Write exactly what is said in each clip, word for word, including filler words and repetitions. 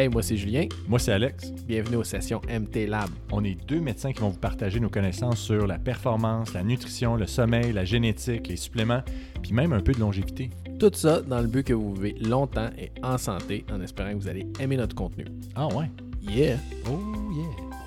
Hey, moi c'est Julien. Moi c'est Alex. Bienvenue aux sessions M T Lab. On est deux médecins qui vont vous partager nos connaissances sur la performance, la nutrition, le sommeil, la génétique, les suppléments, puis même un peu de longévité. Tout ça dans le but que vous vivez longtemps et en santé, en espérant que vous allez aimer notre contenu. Ah ouais? Yeah! Oh yeah!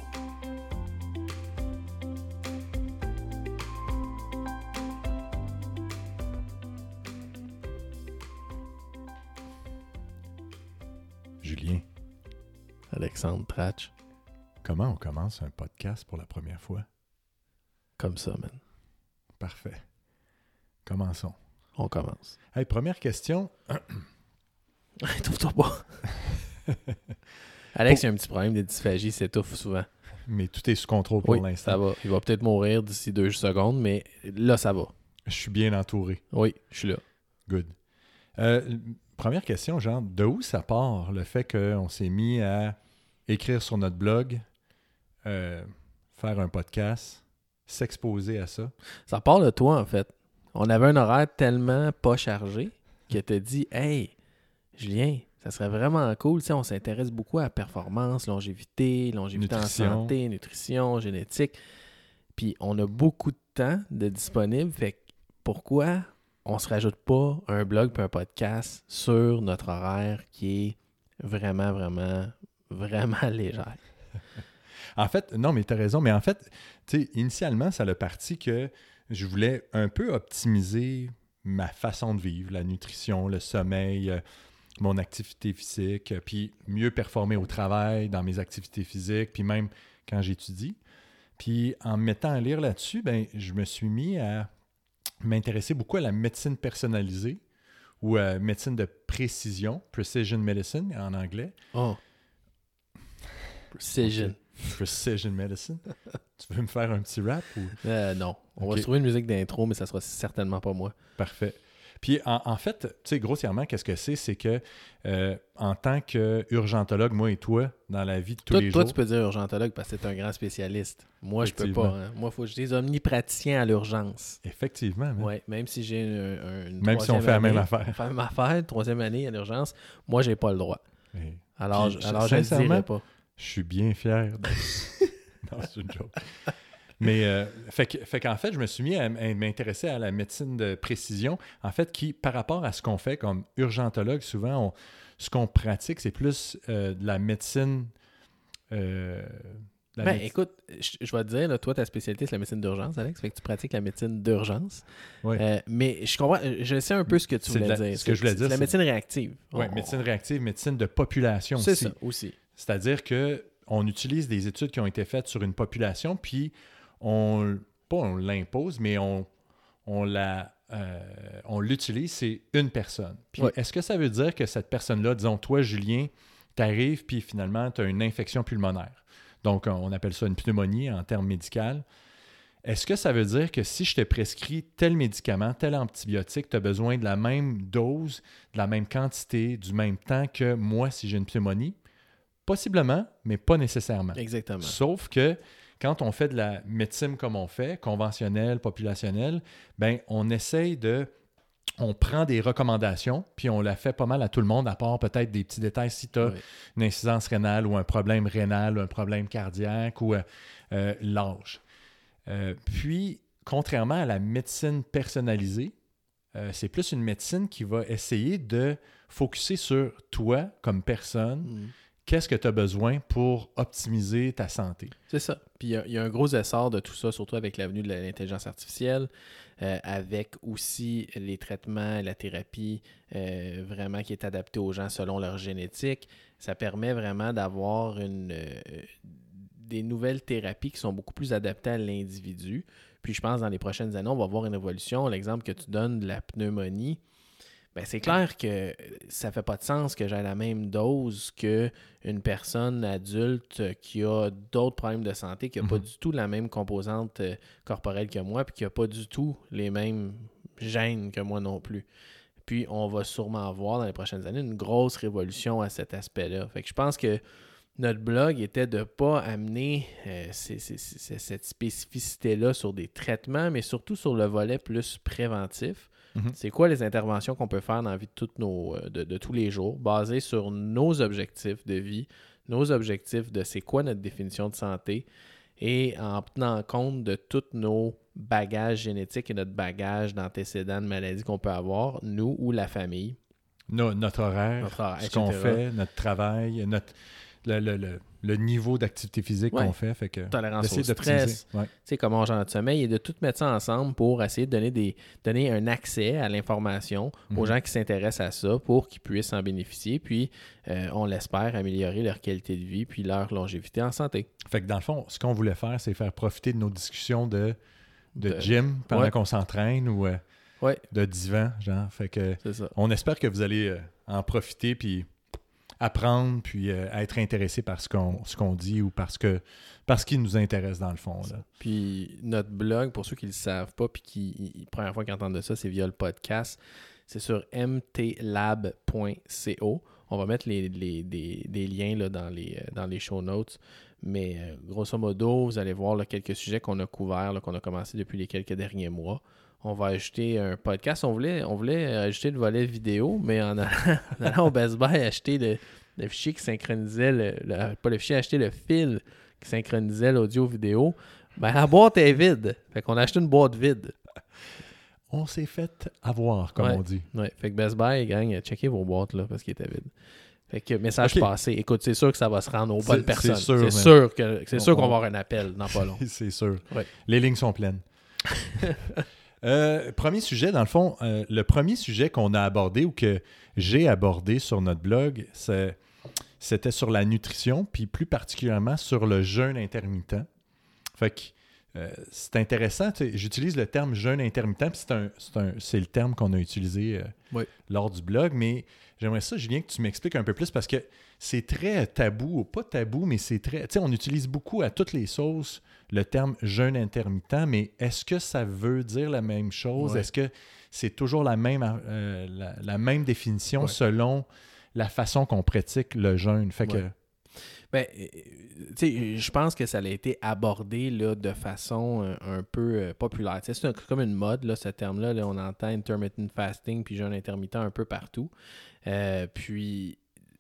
Julien, Alexandre Tratch, comment on commence un podcast pour la première fois? comme ça, man. Parfait. Commençons. On commence. Hey, première question. Étouffe-toi pas. Alex, il y a un petit problème de dysphagie, s'étouffe souvent. Mais tout est sous contrôle pour Oui, l'instant. ça va. Il va peut-être mourir d'ici deux secondes, mais là, ça va. Je suis bien entouré. Oui, je suis là. Good. Euh, première question, genre, de où ça part le fait qu'on s'est mis à écrire sur notre blog, euh, faire un podcast, s'exposer à ça? Ça part de toi, en fait. On avait un horaire tellement pas chargé que t'as dit « Hey, Julien, ça serait vraiment cool. Tu sais, on s'intéresse beaucoup à performance, longévité, longévité Nutrition. en santé, nutrition, génétique. Puis on a beaucoup de temps de disponible. Fait que pourquoi on se rajoute pas un blog puis un podcast sur notre horaire qui est vraiment, vraiment, vraiment légère? En fait, non, mais tu as raison. Mais en fait, tu sais, initialement, ça a parti que je voulais un peu optimiser ma façon de vivre, la nutrition, le sommeil, euh, mon activité physique, euh, puis mieux performer au travail, dans mes activités physiques, puis même quand j'étudie. Puis en me mettant à lire là-dessus, ben, je me suis mis à m'intéresser beaucoup à la médecine personnalisée ou à médecine de précision, precision medicine en anglais. Oh! Precision. Okay. Precision medicine. Tu veux me faire un petit rap ou... Euh, non. On Okay. va se trouver une musique d'intro, mais ça sera certainement pas moi. Parfait. Puis en, en fait, tu sais, grossièrement, qu'est-ce que c'est? C'est que euh, en tant qu'urgentologue, moi et toi, dans la vie de tous toi, les toi, jours... tu peux dire urgentologue parce que tu es un grand spécialiste. Moi, je peux Effectivement. pas. Hein. Moi, il faut que je dise omnipraticien à l'urgence. Effectivement. man. Ouais, même si j'ai une, une, une Même si on troisième fait la même année, affaire. On fait la même affaire, troisième année à l'urgence, moi, j'ai pas le droit. Et- Alors, Puis, je, alors je le sincèrement, dirai pas. Je suis bien fier. De... non, c'est une joke. Mais, euh, fait, que, fait qu'en fait, je me suis mis à, m- à m'intéresser à la médecine de précision, en fait, qui, par rapport à ce qu'on fait comme urgentologue, souvent, on, ce qu'on pratique, c'est plus euh, de la médecine... Euh, la Ben, méde- écoute, je, je vais te dire, là, toi, ta spécialité, c'est la médecine d'urgence, Alex, fait que tu pratiques la médecine d'urgence. Ouais. Euh, mais je comprends, je sais un peu ce que tu C'est voulais de la- dire. ce que je voulais C'est- dire, C'est la c'est- médecine réactive. Oui, On- médecine réactive, médecine de population C'est aussi. ça, aussi. C'est-à-dire qu'on utilise des études qui ont été faites sur une population, puis on, pas on l'impose, mais on, on, la, euh, on l'utilise, c'est une personne. Puis Ouais. est-ce que ça veut dire que cette personne-là, disons, toi, Julien, t'arrives, puis finalement, tu as une infection pulmonaire. Donc, on appelle ça une pneumonie en termes médicaux. Est-ce que ça veut dire que si je te prescris tel médicament, tel antibiotique, tu as besoin de la même dose, de la même quantité, du même temps que moi si j'ai une pneumonie? Possiblement, mais pas nécessairement. Exactement. Sauf que quand on fait de la médecine comme on fait, conventionnelle, populationnelle, ben on essaye de... On prend des recommandations, puis on la fait pas mal à tout le monde, à part peut-être des petits détails si tu as Oui. une insuffisance rénale ou un problème rénal ou un problème cardiaque ou euh, euh, l'âge. Euh, puis, contrairement à la médecine personnalisée, euh, c'est plus une médecine qui va essayer de focusser sur toi comme personne, Mm. qu'est-ce que tu as besoin pour optimiser ta santé. C'est ça. Puis il y, a- il y a un gros essor de tout ça, surtout avec l'avenue de l'intelligence artificielle, euh, avec aussi les traitements, la thérapie euh, vraiment qui est adaptée aux gens selon leur génétique. Ça permet vraiment d'avoir une, euh, des nouvelles thérapies qui sont beaucoup plus adaptées à l'individu. Puis je pense dans les prochaines années, on va voir une évolution. L'exemple que tu donnes de la pneumonie, ben c'est clair que ça fait pas de sens que j'ai la même dose qu'une personne adulte qui a d'autres problèmes de santé, qui n'a pas Mhm. du tout la même composante euh, corporelle que moi, puis qui n'a pas du tout les mêmes gènes que moi non plus. Puis on va sûrement avoir dans les prochaines années une grosse révolution à cet aspect-là. Fait que je pense que notre blog était de ne pas amener euh, ces- ces- ces- cette spécificité-là sur des traitements, mais surtout sur le volet plus préventif. Mm-hmm. C'est quoi les interventions qu'on peut faire dans la vie de, toutes nos, de, de tous les jours, basées sur nos objectifs de vie, nos objectifs de c'est quoi notre définition de santé, et en tenant compte de tous nos bagages génétiques et notre bagage d'antécédents de maladies qu'on peut avoir, nous ou la famille. No, notre horaire, notre horaire ce qu'on fait, notre travail, notre, le, le, le, le niveau d'activité physique ouais. qu'on fait. fait que tolérance au stress, ouais. comment on gère notre sommeil, et de tout mettre ça ensemble pour essayer de donner, des, donner un accès à l'information mm-hmm. aux gens qui s'intéressent à ça pour qu'ils puissent en bénéficier. Puis, euh, on l'espère, améliorer leur qualité de vie puis leur longévité en santé. Fait que dans le fond, ce qu'on voulait faire, c'est faire profiter de nos discussions de, de, de gym pendant ouais. qu'on s'entraîne ou... Euh, Ouais. de divan, genre. Fait que on espère que vous allez euh, en profiter puis apprendre puis euh, être intéressé par ce qu'on, ce qu'on dit ou parce que parce qu'il nous intéresse dans le fond. Là. Puis notre blog, pour ceux qui ne le savent pas puis qui la première fois qu'ils entendent de ça, c'est via le podcast. C'est sur m t lab point co. On va mettre les, les, des, des liens là, dans, les, dans les show notes. Mais euh, grosso modo, vous allez voir là, quelques sujets qu'on a couverts, là, qu'on a commencé depuis les quelques derniers mois. On va ajouter un podcast. On voulait, on voulait ajouter le volet vidéo, mais en allant, en allant au Best Buy acheter le, le fichier qui synchronisait, le, le, pas le fichier, acheter le fil qui synchronisait l'audio-vidéo, ben la boîte est vide. Fait qu'on a acheté une boîte vide. On s'est fait avoir, comme ouais, on dit. Ouais. Fait que Best Buy, gang, checkez vos boîtes là, parce qu'ils étaient vides. Fait que message okay. passé. Écoute, c'est sûr que ça va se rendre aux bonnes c'est, personnes. C'est sûr, c'est sûr, que, c'est sûr on, qu'on va avoir un appel dans pas long. C'est sûr. Ouais. Les lignes sont pleines. Euh, premier sujet, dans le fond, euh, le premier sujet qu'on a abordé ou que j'ai abordé sur notre blog, c'est, c'était sur la nutrition, puis plus particulièrement sur le jeûne intermittent. Fait que euh, c'est intéressant, j'utilise le terme jeûne intermittent, puis c'est, un, c'est, un, c'est le terme qu'on a utilisé euh, oui. lors du blog, mais j'aimerais ça, Julien, que tu m'expliques un peu plus parce que c'est très tabou, ou pas tabou, mais c'est très... Tu sais, on utilise beaucoup à toutes les sauces le terme jeûne intermittent, mais est-ce que ça veut dire la même chose? Ouais. Est-ce que c'est toujours la même, euh, la, la même définition ouais. selon la façon qu'on pratique le jeûne? Fait ouais. que... Ben, tu sais, je pense que ça a été abordé là, de façon un, un peu euh, populaire. T'sais, c'est un, comme une mode, là, ce terme-là. Là, on entend intermittent fasting puis jeûne intermittent un peu partout. Euh, puis...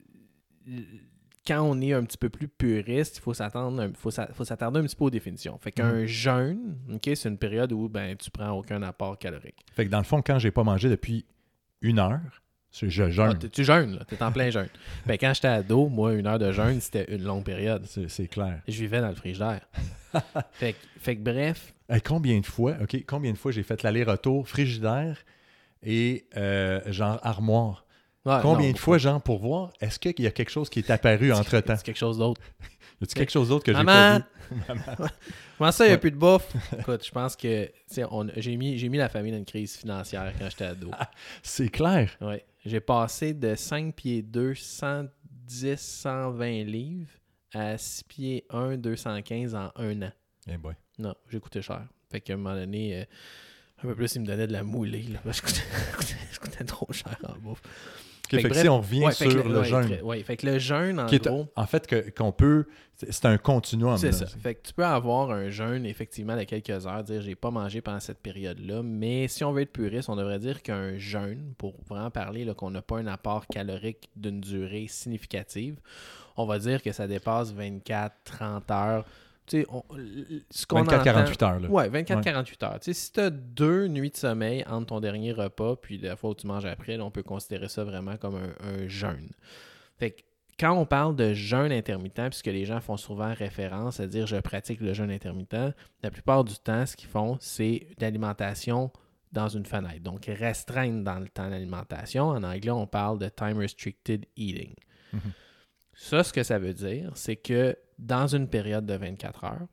Quand on est un petit peu plus puriste, il faut s'attendre, faut, faut s'attarder un petit peu aux définitions. Fait qu'un mmh. jeûne, okay, c'est une période où ben, tu prends aucun apport calorique. Fait que dans le fond, quand j'ai pas mangé depuis une heure, je jeûne. Ah, tu jeûnes, là. T'es en plein jeûne. Ben, quand j'étais ado, moi, une heure de jeûne, c'était une longue période. C'est, c'est clair. Je vivais dans le frigidaire. fait, que, fait que bref... Hey, combien de fois, OK, combien de fois j'ai fait l'aller-retour frigidaire et euh, genre armoire? Ouais, Combien non, de fois, genre, pour voir, est-ce qu'il y a quelque chose qui est apparu entre-temps? C'est quelque chose d'autre. Y a-t-il quelque chose d'autre que Maman! j'ai pas vu? Maman! Comment ça, il n'y a ouais. plus de bouffe? Écoute, je pense que on, j'ai, mis, j'ai mis la famille dans une crise financière quand j'étais ado. Ah, c'est clair. Oui. J'ai passé de cinq pieds deux, cent dix, cent vingt livres à six pieds un, deux cent quinze en un an. Eh boy. Non, j'ai coûté cher. Fait qu'à un moment donné, euh, un peu plus, il me donnait de la moulée. Là, parce que je coûtais trop cher en bouffe. Okay, fait fait que bref, si on revient ouais, sur le, le ouais, jeûne. Oui, fait que le jeûne, en qui gros... Est, en fait, que, qu'on peut... C'est un continuum. C'est là, ça. C'est... Fait que tu peux avoir un jeûne, effectivement, de quelques heures, dire « j'ai pas mangé pendant cette période-là », mais si on veut être puriste, on devrait dire qu'un jeûne, pour vraiment parler là, qu'on n'a pas un apport calorique d'une durée significative, on va dire que ça dépasse vingt-quatre à trente heures. Tu sais, on, ce qu'on vingt-quatre à quarante-huit heures. Là. Ouais, vingt-quatre à quarante-huit heures. Tu sais, si tu as deux nuits de sommeil entre ton dernier repas puis la fois où tu manges après, là, on peut considérer ça vraiment comme un, un jeûne. Fait que quand on parle de jeûne intermittent, puisque les gens font souvent référence à dire « je pratique le jeûne intermittent », la plupart du temps, ce qu'ils font, c'est l'alimentation dans une fenêtre. Donc, restreindre dans le temps l'alimentation. En anglais, on parle de « time restricted eating ». Mm-hmm. Ça, ce que ça veut dire, c'est que dans une période de vingt-quatre heures,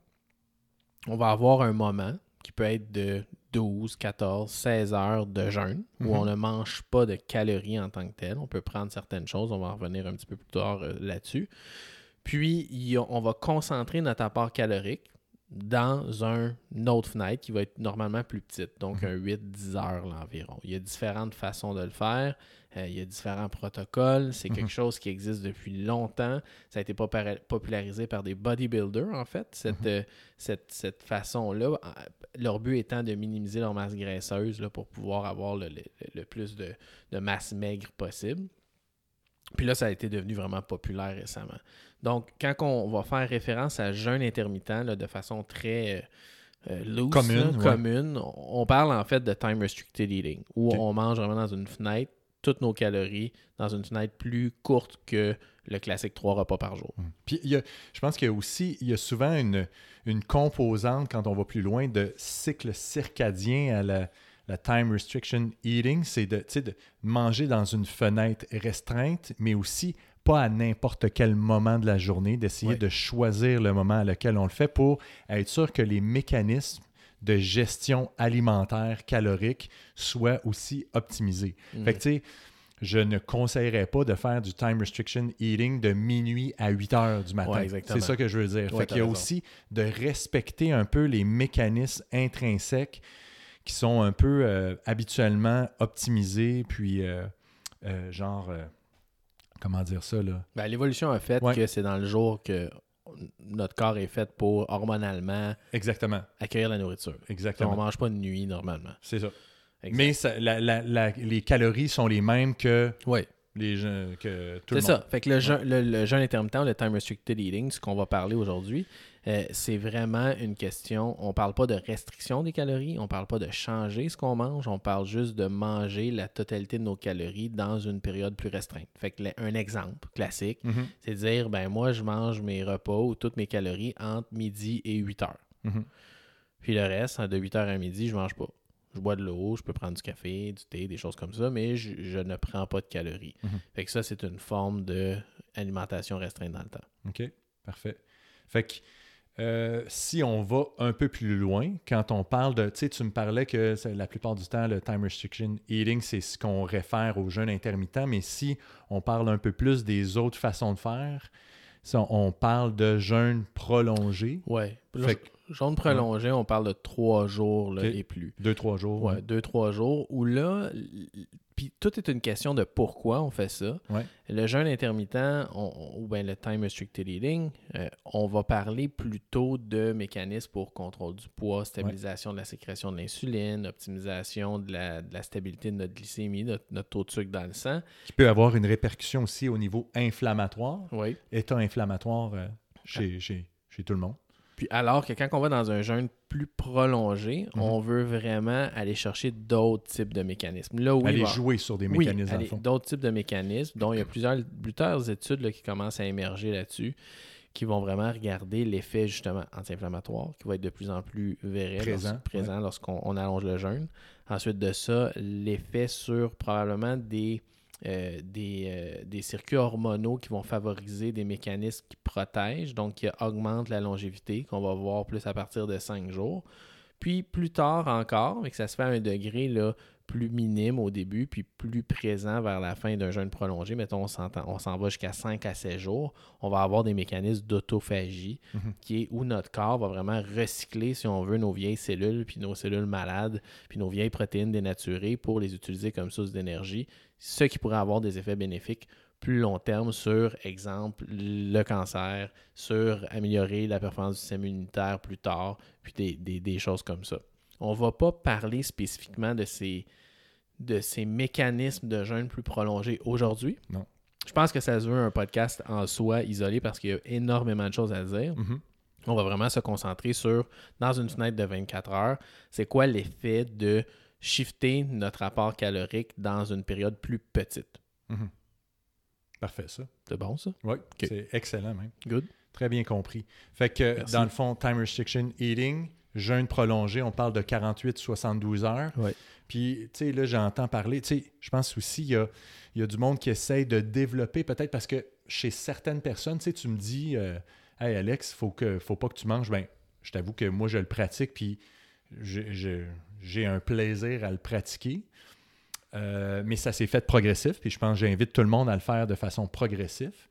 on va avoir un moment qui peut être de douze, quatorze, seize heures de jeûne mm-hmm. où on ne mange pas de calories en tant que tel. On peut prendre certaines choses, on va en revenir un petit peu plus tard euh, là-dessus. Puis, y a, on va concentrer notre apport calorique dans un, une autre fenêtre qui va être normalement plus petite, donc Mm-hmm. un huit à dix heures là, environ. Il y a différentes façons de le faire, euh, il y a différents protocoles, c'est Mm-hmm. quelque chose qui existe depuis longtemps, ça a été popar- popularisé par des bodybuilders en fait, cette, Mm-hmm. euh, cette, cette façon-là, leur but étant de minimiser leur masse graisseuse là, pour pouvoir avoir le, le, le plus de, de masse maigre possible. Puis là, ça a été devenu vraiment populaire récemment. Donc, quand on va faire référence à jeûne intermittent là, de façon très euh, loose, Commune, là, ouais. commune, on parle en fait de time restricted eating, où Ok. on mange vraiment dans une fenêtre toutes nos calories, dans une fenêtre plus courte que le classique trois repas par jour. Puis il y a, je pense qu'il y a aussi, il y a souvent une, une composante, quand on va plus loin, de cycle circadien à la, la time restriction eating, c'est de, tu sais, de manger dans une fenêtre restreinte, mais aussi pas à n'importe quel moment de la journée, d'essayer Ouais. de choisir le moment à lequel on le fait pour être sûr que les mécanismes de gestion alimentaire calorique soient aussi optimisés. Mm. Fait que tu sais, je ne conseillerais pas de faire du time restriction eating de minuit à huit heures du matin. Ouais, exactement. C'est ça que je veux dire. Ouais, Fait qu'il y a t'as raison. aussi de respecter un peu les mécanismes intrinsèques qui sont un peu euh, habituellement optimisés, puis euh, euh, genre, euh, comment dire ça, là? Ben, l'évolution a fait Ouais. que c'est dans le jour que notre corps est fait pour hormonalement Exactement, accueillir la nourriture. On ne exactement. mange pas de nuit normalement. C'est ça. Exact. Mais ça, la- la- la- les calories sont les mêmes que, Oui, les gens, que tout c'est le monde. ça. Fait que le, jeûne, le, le jeûne intermittent, le time restricted eating, ce qu'on va parler aujourd'hui, euh, c'est vraiment une question. On parle pas de restriction des calories, on parle pas de changer ce qu'on mange, on parle juste de manger la totalité de nos calories dans une période plus restreinte. Fait que le- un exemple classique, Mhm, c'est de dire, ben moi, je mange mes repas ou toutes mes calories entre midi et huit heures. mhm. Puis le reste, de huit heures à midi, je mange pas. Je bois de l'eau, je peux prendre du café, du thé, des choses comme ça, mais je, je ne prends pas de calories. Mhm. Fait que ça, c'est une forme d'alimentation restreinte dans le temps. OK, parfait. Fait que euh, si on va un peu plus loin, quand on parle de, tu sais, tu me parlais que c'est- la plupart du temps, le time restriction eating, c'est ce qu'on réfère au jeûne intermittent, mais si on parle un peu plus des autres façons de faire, si on, on parle de jeûne prolongé, Ouais. Fait que- Jaune prolongé, on parle de trois jours là, Ok. et plus. deux, trois jours. Ouais, deux, trois jours, où là, l- l- puis tout est une question de pourquoi on fait ça. Ouais. Le jeûne intermittent, on- ou bien le time restricted eating, euh, on va parler plutôt de mécanismes pour contrôle du poids, stabilisation de la sécrétion de l'insuline, optimisation de la, de la stabilité de notre glycémie, notre, notre taux de sucre dans le sang. Qui peut avoir une répercussion aussi au niveau inflammatoire, Oui. état inflammatoire euh, chez, chez, chez tout le monde. Puis alors que quand on va dans un jeûne plus prolongé, Mhm. on veut vraiment aller chercher d'autres types de mécanismes. Là, oui, Aller va- jouer sur des Oui, mécanismes dans aller- le fond. d'autres types de mécanismes, dont il y a plusieurs, plusieurs études là, qui commencent à émerger là-dessus, qui vont vraiment regarder l'effet justement anti-inflammatoire, qui va être de plus en plus vrai, Présent, lors- présent lorsqu'on on allonge le jeûne. Ensuite de ça, l'effet sur probablement des, euh, des, euh, des circuits hormonaux qui vont favoriser des mécanismes qui protègent, donc qui augmentent la longévité, qu'on va voir plus à partir de cinq jours. Puis plus tard encore, mais que ça se fait à un degré là, plus minime au début, puis plus présent vers la fin d'un jeûne prolongé, mettons on, s'entend, on s'en va jusqu'à cinq à sept jours, on va avoir des mécanismes d'autophagie, Mhm. qui est où notre corps va vraiment recycler, si on veut, nos vieilles cellules, puis nos cellules malades, puis nos vieilles protéines dénaturées pour les utiliser comme source d'énergie, ce qui pourrait avoir des effets bénéfiques plus long terme sur, exemple, le cancer, sur améliorer la performance du système immunitaire plus tard, puis des, des, des choses comme ça. On ne va pas parler spécifiquement de ces, de ces mécanismes de jeûne plus prolongés aujourd'hui. Non. Je pense que ça se veut un podcast en soi isolé parce qu'il y a énormément de choses à dire. Mhm. On va vraiment se concentrer sur, dans une fenêtre de vingt-quatre heures, c'est quoi l'effet de shifter notre apport calorique dans une période plus petite. Mhm. Parfait, ça. C'est bon, ça? Oui, c'est excellent même. Good. Très bien compris. Fait que, Merci. dans le fond, time restriction eating, jeûne prolongé, on parle de quarante-huit à soixante-douze heures. Ouais. Puis, tu sais, là, j'entends parler, tu sais, je pense aussi, il y a, il y a du monde qui essaye de développer, peut-être parce que chez certaines personnes, tu sais, tu me dis, euh, hey Alex, faut que, faut pas que tu manges. Ben, je t'avoue que moi, je le pratique, puis j'ai, j'ai, j'ai un plaisir à le pratiquer. Euh, mais ça s'est fait progressif, puis je pense que j'invite tout le monde à le faire de façon progressive.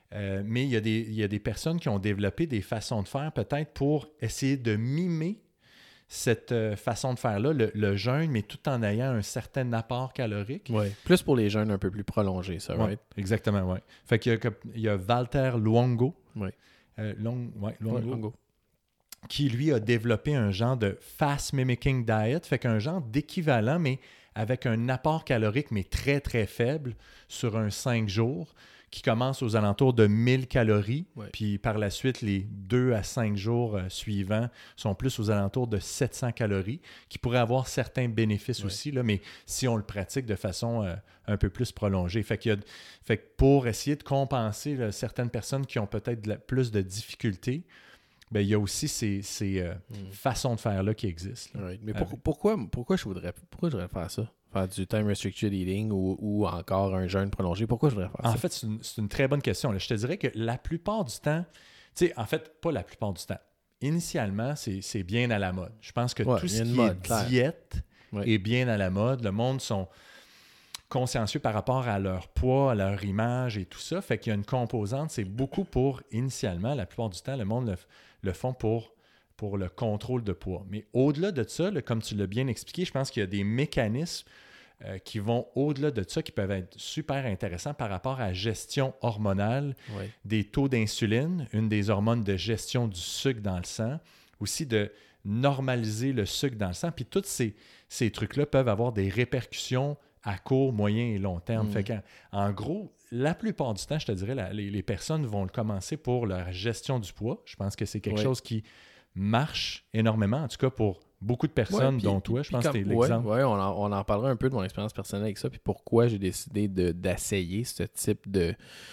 Euh, mais il y, a des, il y a des personnes qui ont développé des façons de faire peut-être pour essayer de mimer cette euh, façon de faire-là, le, le jeûne, mais tout en ayant un certain apport calorique. Oui, plus pour les jeûnes un peu plus prolongés, ça, ouais, right? Exactement, oui. Fait qu'il y a, il y a Walter Luongo, Oui. euh, Long, ouais, Luongo, Ouais, Luongo. qui, lui, a développé un genre de fast mimicking diet, fait qu'un genre d'équivalent, mais avec un apport calorique, mais très, très faible, sur un cinq jours, qui commence aux alentours de mille calories, ouais. puis par la suite, les deux à cinq jours euh, suivants sont plus aux alentours de sept cents calories, qui pourraient avoir certains bénéfices ouais. aussi, là, mais si on le pratique de façon euh, un peu plus prolongée. Fait, qu'il y a, fait que pour essayer de compenser là, certaines personnes qui ont peut-être de la, plus de difficultés, ben, il y a aussi ces, ces euh, mm. façons de faire-là qui existent. Là, right. Mais pour, pourquoi, pourquoi, je voudrais, pourquoi je voudrais faire ça? Faire du time restricted eating ou, ou encore un jeûne prolongé? Pourquoi je voudrais faire en ça? En fait, c'est une, c'est une très bonne question. Là. Je te dirais que la plupart du temps, tu sais, en fait, pas la plupart du temps. Initialement, c'est, c'est bien à la mode. Je pense que ouais, tout ce qui mode, est clair. diète ouais. est bien à la mode. Le monde sont consciencieux par rapport à leur poids, à leur image et tout ça. Fait qu'il y a une composante, c'est beaucoup pour, initialement, la plupart du temps, le monde le, le font pour, pour le contrôle de poids. Mais au-delà de ça, là, comme tu l'as bien expliqué, je pense qu'il y a des mécanismes euh, qui vont au-delà de ça, qui peuvent être super intéressants par rapport à la gestion hormonale, ouais. des taux d'insuline, une des hormones de gestion du sucre dans le sang, aussi de normaliser le sucre dans le sang. Puis tous ces, ces trucs-là peuvent avoir des répercussions à court, moyen et long terme. Mmh. Fait qu'en en gros, la plupart du temps, je te dirais, la, les, les personnes vont le commencer pour leur gestion du poids. Je pense que c'est quelque oui. chose qui marche énormément, en tout cas pour beaucoup de personnes, ouais, pis, dont toi. Je pense comme, que tu es l'exemple. Oui, ouais, on, on en parlera un peu de mon expérience personnelle avec ça, puis pourquoi j'ai décidé de, d'essayer ce type de,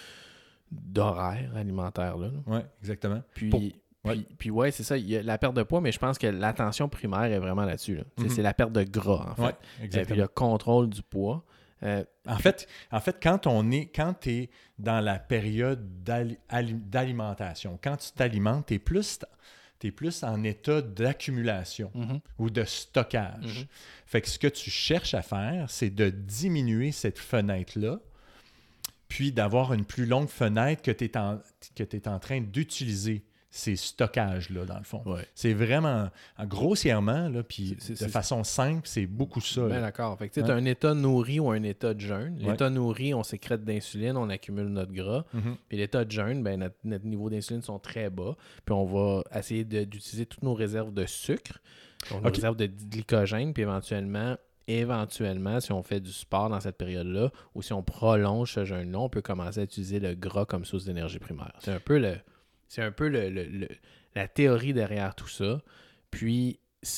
d'horaire alimentaire-là. Oui, exactement. Puis... Pour... Puis, ouais. puis ouais, c'est ça, il y a la perte de poids, mais je pense que l'attention primaire est vraiment là-dessus. Là. Mm-hmm. C'est la perte de gras, en fait. Ouais, exactement. Et puis le contrôle du poids. Euh, en, fait, en fait, quand on est, quand tu es dans la période d'ali- d'alimentation, quand tu t'alimentes, tu es plus, t'es plus en état d'accumulation mm-hmm. ou de stockage. Mm-hmm. Fait que ce que tu cherches à faire, c'est de diminuer cette fenêtre-là, puis d'avoir une plus longue fenêtre que tu es en, que tu es en train d'utiliser. Ces stockages-là, dans le fond. Ouais. C'est vraiment, grossièrement, là, puis de c'est, façon simple, c'est beaucoup ça. Bien d'accord. Fait que tu as un état nourri ou un état de jeûne. L'état ouais. nourri, on sécrète d'insuline, on accumule notre gras. Mm-hmm. Puis l'état de jeûne, ben, notre, notre niveau d'insuline sont très bas. Puis on va essayer de, d'utiliser toutes nos réserves de sucre, donc nos okay. réserves de glycogène, puis éventuellement... Éventuellement, si on fait du sport dans cette période-là, ou si on prolonge ce jeûne-là, on peut commencer à utiliser le gras comme source d'énergie primaire. C'est un peu le... C'est un peu le, le, le, la théorie derrière tout ça. Puis,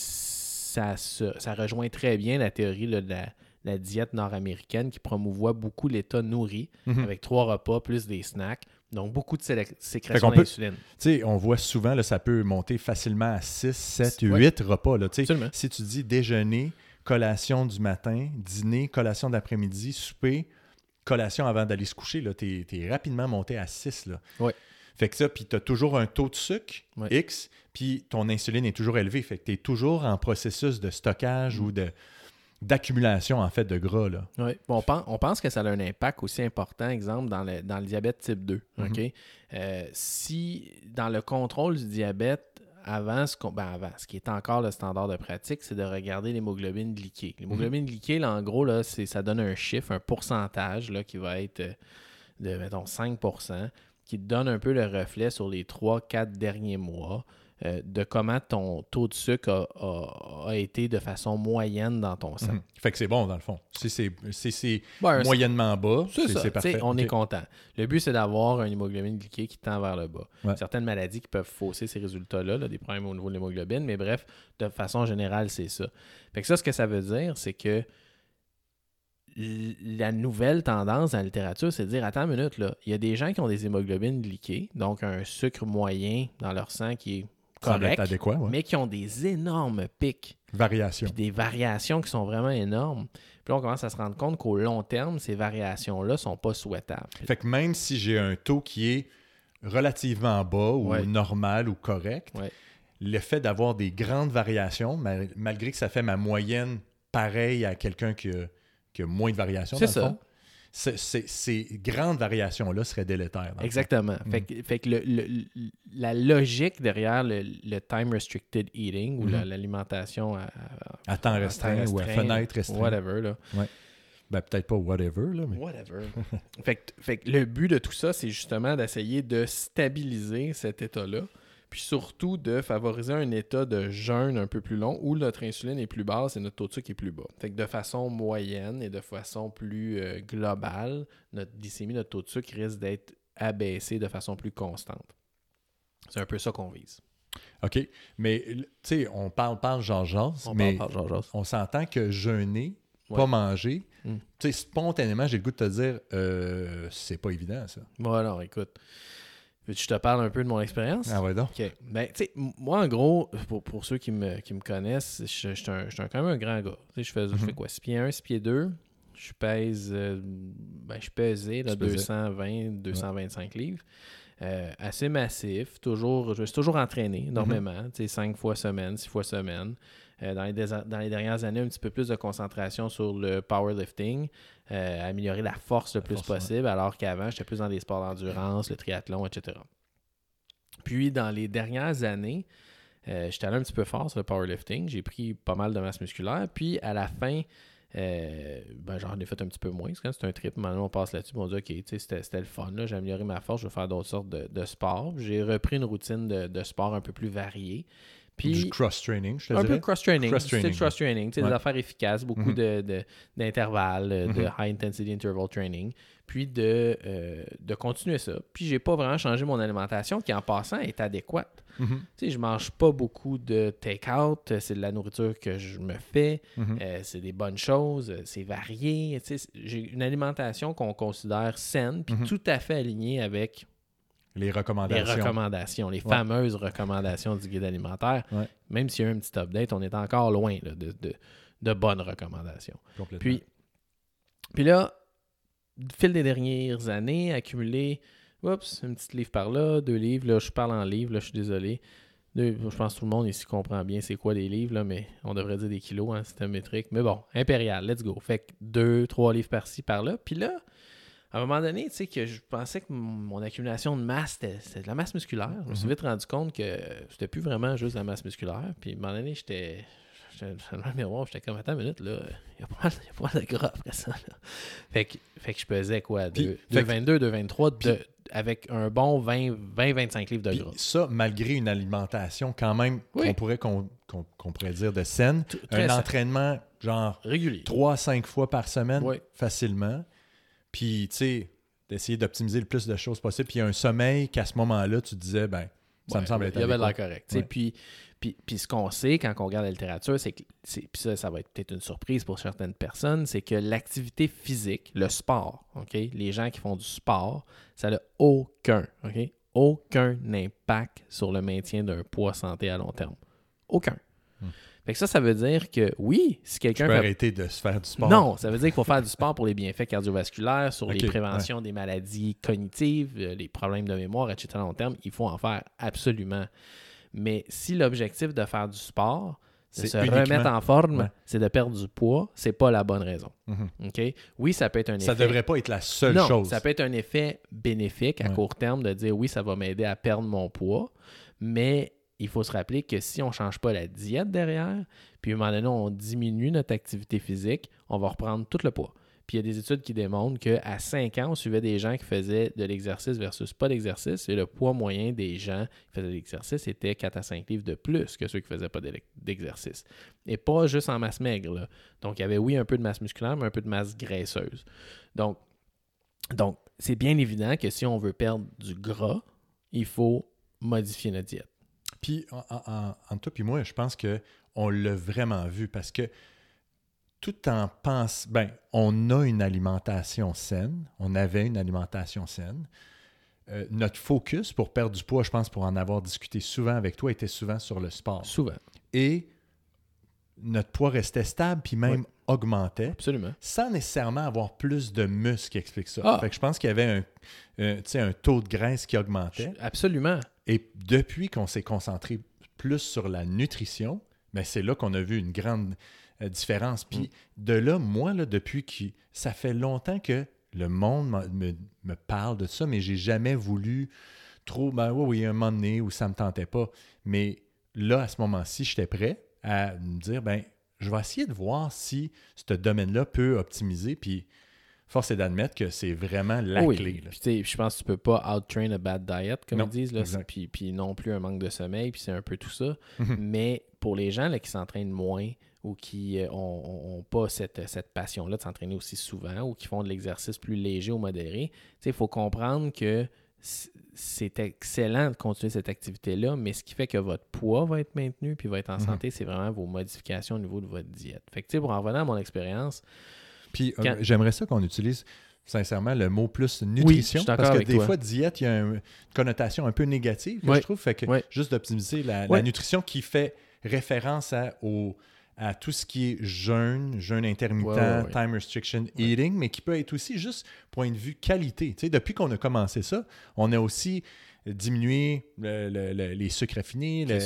ça, ça, ça rejoint très bien la théorie là, de la, la diète nord-américaine qui promouvoit beaucoup l'état nourri mm-hmm. avec trois repas plus des snacks. Donc, beaucoup de sé- sécrétion d'insuline. Tu sais, on voit souvent, là, ça peut monter facilement à six, sept, huit ouais. repas. Là, si tu dis déjeuner, collation du matin, dîner, collation d'après-midi, souper, collation avant d'aller se coucher, tu es rapidement monté à six. Oui. Fait que ça, puis tu as toujours un taux de sucre ouais. X, puis ton insuline est toujours élevée. Fait que tu es toujours en processus de stockage mmh. ou de, d'accumulation, en fait, de gras. Là. Oui. Bon, on, pense, on pense que ça a un impact aussi important, exemple, dans le, dans le diabète type deux. Mmh. Okay? Euh, si, dans le contrôle du diabète, avant ce, qu'on, ben avant, ce qui est encore le standard de pratique, c'est de regarder l'hémoglobine glyquée. L'hémoglobine mmh. glyquée, là, en gros, là, c'est, ça donne un chiffre, un pourcentage là, qui va être de, mettons, cinq pour cent, qui te donne un peu le reflet sur les trois quatre derniers mois euh, de comment ton taux de sucre a, a, a été de façon moyenne dans ton sang. Mmh. Fait que c'est bon, dans le fond. Si c'est, si c'est ben, moyennement bas, c'est, c'est, ça. c'est parfait. On okay. est content. Le but, c'est d'avoir un hémoglobine glyquée qui tend vers le bas. Ouais. Certaines maladies qui peuvent fausser ces résultats-là, là, des problèmes au niveau de l'hémoglobine, mais bref, de façon générale, c'est ça. Fait que ça, ce que ça veut dire, c'est que la nouvelle tendance dans la littérature, c'est de dire, attends une minute, là, il y a des gens qui ont des hémoglobines glyquées, donc un sucre moyen dans leur sang qui est correct, adéquat, ouais. mais qui ont des énormes pics. Variations. Puis des variations qui sont vraiment énormes. Puis là, on commence à se rendre compte qu'au long terme, ces variations-là ne sont pas souhaitables. Fait que même si j'ai un taux qui est relativement bas ou ouais. normal ou correct, ouais. le fait d'avoir des grandes variations, mal- malgré que ça fait ma moyenne pareille à quelqu'un qui a qui a moins de variations, c'est dans ça. le fond, c'est, c'est, ces grandes variations-là seraient délétères. Exactement. Fait que, mm. fait que le, le, la logique derrière le, le time restricted eating, mm-hmm. ou la, l'alimentation à, à, à temps à restreint, restreint ou à fenêtre restreinte. Whatever, là. Ouais. Ben, peut-être pas whatever, là, mais... Whatever. fait, que, fait que le but de tout ça, c'est justement d'essayer de stabiliser cet état-là, puis surtout de favoriser un état de jeûne un peu plus long où notre insuline est plus basse et notre taux de sucre est plus bas. Fait que de façon moyenne et de façon plus euh, globale, notre glycémie, notre taux de sucre risque d'être abaissé de façon plus constante. C'est un peu ça qu'on vise. OK. Mais, tu sais, on parle, parle genre-jase, mais parle, parle, genre-jase. On s'entend que jeûner, ouais. pas manger, mm. tu sais, spontanément, j'ai le goût de te dire, euh, c'est pas évident, ça. Ouais, non, écoute... Je te parle un peu de mon expérience. Ah ouais donc. OK. Ben, tu sais, moi, en gros, pour, pour ceux qui me, qui me connaissent, je, je, suis un, je suis quand même un grand gars. Tu sais, je fais, mm-hmm. je fais quoi? six pieds un, six pieds deux. Je pèse, euh, ben, je pesais là, deux cent vingt, deux cent vingt-cinq ouais. livres. Euh, assez massif. Toujours, je me suis toujours entraîné énormément. Mm-hmm. Tu sais, cinq fois semaine, six fois semaine. Euh, dans, les dés- dans les dernières années, un petit peu plus de concentration sur le powerlifting, euh, améliorer la force le la plus force, possible, ouais. alors qu'avant, j'étais plus dans les sports d'endurance, le triathlon, et cetera. Puis, dans les dernières années, euh, j'étais allé un petit peu fort sur le powerlifting. J'ai pris pas mal de masse musculaire. Puis, à la fin, euh, ben, j'en ai fait un petit peu moins. C'est un trip. Maintenant, on passe là-dessus. On dit, OK, c'était, c'était le fun. Là. J'ai amélioré ma force. Je vais faire d'autres sortes de, de sports. J'ai repris une routine de, de sport un peu plus variée. Puis, du cross-training, je te un dirais. Un peu cross-training. Cross-training. C'est cross-training. Ouais. Des affaires efficaces, beaucoup mm-hmm. de, de, d'intervalles, mm-hmm. de high-intensity interval training. Puis de, euh, de continuer ça. Puis j'ai pas vraiment changé mon alimentation qui, en passant, est adéquate. Mm-hmm. Tu sais, je mange pas beaucoup de take-out. C'est de la nourriture que je me fais. Mm-hmm. Euh, c'est des bonnes choses. C'est varié. Tu sais, j'ai une alimentation qu'on considère saine puis mm-hmm. tout à fait alignée avec... Les recommandations. Les recommandations, les ouais. fameuses recommandations du guide alimentaire. Ouais. Même s'il y a eu un petit update, on est encore loin là, de, de, de bonnes recommandations. Complètement. Puis, puis là, au fil des dernières années, accumulé, oups, un petit livre par là, deux livres. Là, je parle en livres, là, je suis désolé. Deux, je pense que tout le monde ici comprend bien c'est quoi des livres, là, mais on devrait dire des kilos, hein, système métrique. Mais bon, impérial, let's go. Fait que deux, trois livres par-ci, par-là. Puis là, à un moment donné, tu sais, que je pensais que mon accumulation de masse, c'était, c'était de la masse musculaire. Je me suis vite rendu compte que c'était plus vraiment juste de la masse musculaire. Puis à un moment donné, j'étais, j'étais dans le miroir, j'étais comme, attends une minute, là, il y a pas mal, y a pas mal de gras après ça. Là. Fait, que, fait que je pesais quoi, deux vingt-deux, deux vingt-trois, de, avec un bon vingt à vingt-cinq livres de gras. Ça, malgré une alimentation quand même, oui. qu'on pourrait, qu'on, qu'on, qu'on pourrait dire de saine, Très un saine. entraînement genre régulier, trois à cinq fois par semaine, oui. facilement. Puis, tu sais, d'essayer d'optimiser le plus de choses possible. Puis, il y a un sommeil qu'à ce moment-là, tu disais, ben ça ouais, me semble être il y avait de l'air correct. Ouais. Puis, puis, puis, ce qu'on sait quand on regarde la littérature, c'est que, c'est, puis ça, ça va être peut-être une surprise pour certaines personnes, c'est que l'activité physique, le sport, OK, les gens qui font du sport, ça n'a aucun, OK, aucun impact sur le maintien d'un poids santé à long terme. Aucun. Hmm. Fait que ça, ça veut dire que oui, si quelqu'un... Tu peux fait... arrêter de se faire du sport. Non, ça veut dire qu'il faut faire du sport pour les bienfaits cardiovasculaires, sur okay, les préventions ouais. des maladies cognitives, les problèmes de mémoire, et cetera à long terme. Il faut en faire absolument. Mais si l'objectif de faire du sport, de c'est se uniquement... remettre en forme, ouais. c'est de perdre du poids, c'est pas la bonne raison. Mm-hmm. Okay? Oui, ça peut être un effet... Ça devrait pas être la seule non, chose. Ça peut être un effet bénéfique à ouais. court terme de dire oui, ça va m'aider à perdre mon poids, mais... il faut se rappeler que si on ne change pas la diète derrière, puis à un moment donné, on diminue notre activité physique, on va reprendre tout le poids. Puis il y a des études qui démontrent qu'à cinq ans, on suivait des gens qui faisaient de l'exercice versus pas d'exercice, et le poids moyen des gens qui faisaient de l'exercice était quatre à cinq livres de plus que ceux qui ne faisaient pas d'exercice. Et pas juste en masse maigre, là. Donc, il y avait, oui, un peu de masse musculaire, mais un peu de masse graisseuse. Donc, donc c'est bien évident que si on veut perdre du gras, il faut modifier notre diète. Puis, en, en, en toi et moi, je pense qu'on l'a vraiment vu parce que tout en pense, ben, on a une alimentation saine, on avait une alimentation saine. Euh, notre focus pour perdre du poids, je pense, pour en avoir discuté souvent avec toi, était souvent sur le sport. Souvent. Et notre poids restait stable, puis même oui. augmentait. Absolument. Sans nécessairement avoir plus de muscles qui expliquent ça. Ah. Fait que je pense qu'il y avait un, un, un taux de graisse qui augmentait. Absolument. Et depuis qu'on s'est concentré plus sur la nutrition, ben c'est là qu'on a vu une grande euh, différence. Puis mm. de là, moi, là, depuis que ça fait longtemps que le monde me, me parle de ça, mais j'ai jamais voulu trop, ben oui, oui, un moment donné où ça me tentait pas. Mais là, à ce moment-ci, j'étais prêt à me dire, ben je vais essayer de voir si ce domaine-là peut optimiser, puis force est d'admettre que c'est vraiment la oui. clé. Là. Puis, je pense que tu peux pas out-train a bad diet, comme non, ils disent, là, puis, puis non plus un manque de sommeil, puis c'est un peu tout ça. Mm-hmm. Mais pour les gens là, qui s'entraînent moins ou qui n'ont pas cette, cette passion-là de s'entraîner aussi souvent ou qui font de l'exercice plus léger ou modéré, il faut comprendre que c'est excellent de continuer cette activité-là, mais ce qui fait que votre poids va être maintenu puis va être en santé, mm-hmm. c'est vraiment vos modifications au niveau de votre diète. Fait que, pour en revenir à mon expérience... Puis quand... euh, j'aimerais ça qu'on utilise sincèrement le mot plus nutrition, oui, parce que des toi. fois, diète, il y a une connotation un peu négative, que oui. je trouve, fait que oui. juste d'optimiser la, oui. la nutrition qui fait référence à, au, à tout ce qui est jeûne, jeûne intermittent, oui, oui, oui. time restriction oui. eating, mais qui peut être aussi juste point de vue qualité. Tu sais, depuis qu'on a commencé ça, on a aussi diminué le, le, le, les sucres raffinés, le,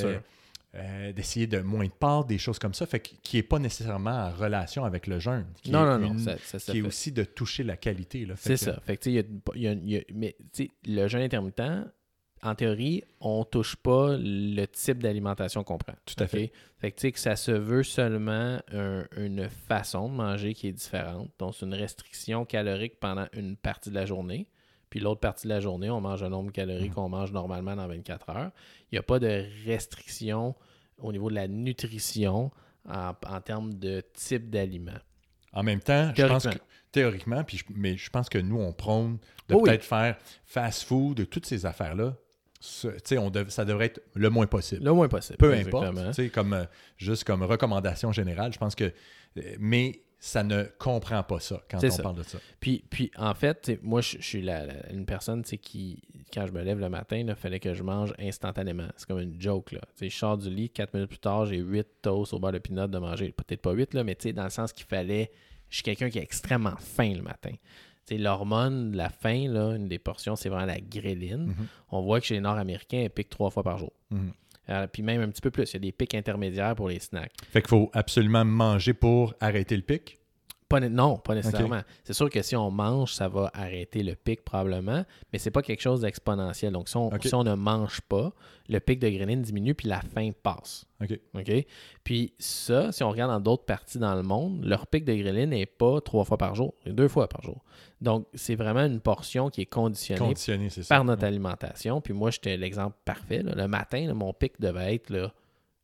euh, d'essayer de moins de pâtes, des choses comme ça, fait que, qui n'est pas nécessairement en relation avec le jeûne. Qui non, est non, une, non. Ça, ça, ça qui fait. est aussi de toucher la qualité. Là, c'est que, ça. Fait que, tu sais, il y a, y a, mais tu sais, le jeûne intermittent, en théorie, on ne touche pas le type d'alimentation qu'on prend. Tout à okay? fait. Fait que, tu sais, que ça se veut seulement un, une façon de manger qui est différente. Donc, c'est une restriction calorique pendant une partie de la journée. Puis l'autre partie de la journée, on mange un nombre calorique mmh. qu'on mange normalement dans vingt-quatre heures. Il n'y a pas de restriction au niveau de la nutrition en, en termes de type d'aliment. En même temps, je pense que théoriquement, puis je, mais je pense que nous, on prône de oh peut-être oui. faire fast-food, toutes ces affaires-là. Ce, on dev, ça devrait être le moins possible. Le moins possible. Peu importe. Comme, juste comme recommandation générale, je pense que... Mais ça ne comprend pas ça quand c'est on ça. parle de ça. Puis, puis en fait, moi, je, je suis la, la, une personne qui, quand je me lève le matin, il fallait que je mange instantanément. C'est comme une joke. Là. Je sors du lit, quatre minutes plus tard, j'ai huit toasts au beurre de pinot de manger. Peut-être pas huit, là, mais dans le sens qu'il fallait... Je suis quelqu'un qui a extrêmement faim le matin. T'sais, l'hormone de la faim, là, une des portions, c'est vraiment la gréline. Mm-hmm. On voit que chez les Nord-Américains, elle pique trois fois par jour. Mm-hmm. Euh, puis même un petit peu plus. Il y a des pics intermédiaires pour les snacks. Fait qu'il faut absolument manger pour arrêter le pic? Pas, non, pas nécessairement. Okay. C'est sûr que si on mange, ça va arrêter le pic probablement, mais c'est pas quelque chose d'exponentiel. Donc, si on, okay. si on ne mange pas, le pic de gréline diminue puis la faim passe. OK. OK? Puis ça, si on regarde dans d'autres parties dans le monde, leur pic de gréline n'est pas trois fois par jour, c'est deux fois par jour. Donc, c'est vraiment une portion qui est conditionnée, conditionnée c'est par ça. notre ouais. alimentation. Puis moi, j'étais l'exemple parfait. Là. Le matin, là, mon pic devait être là,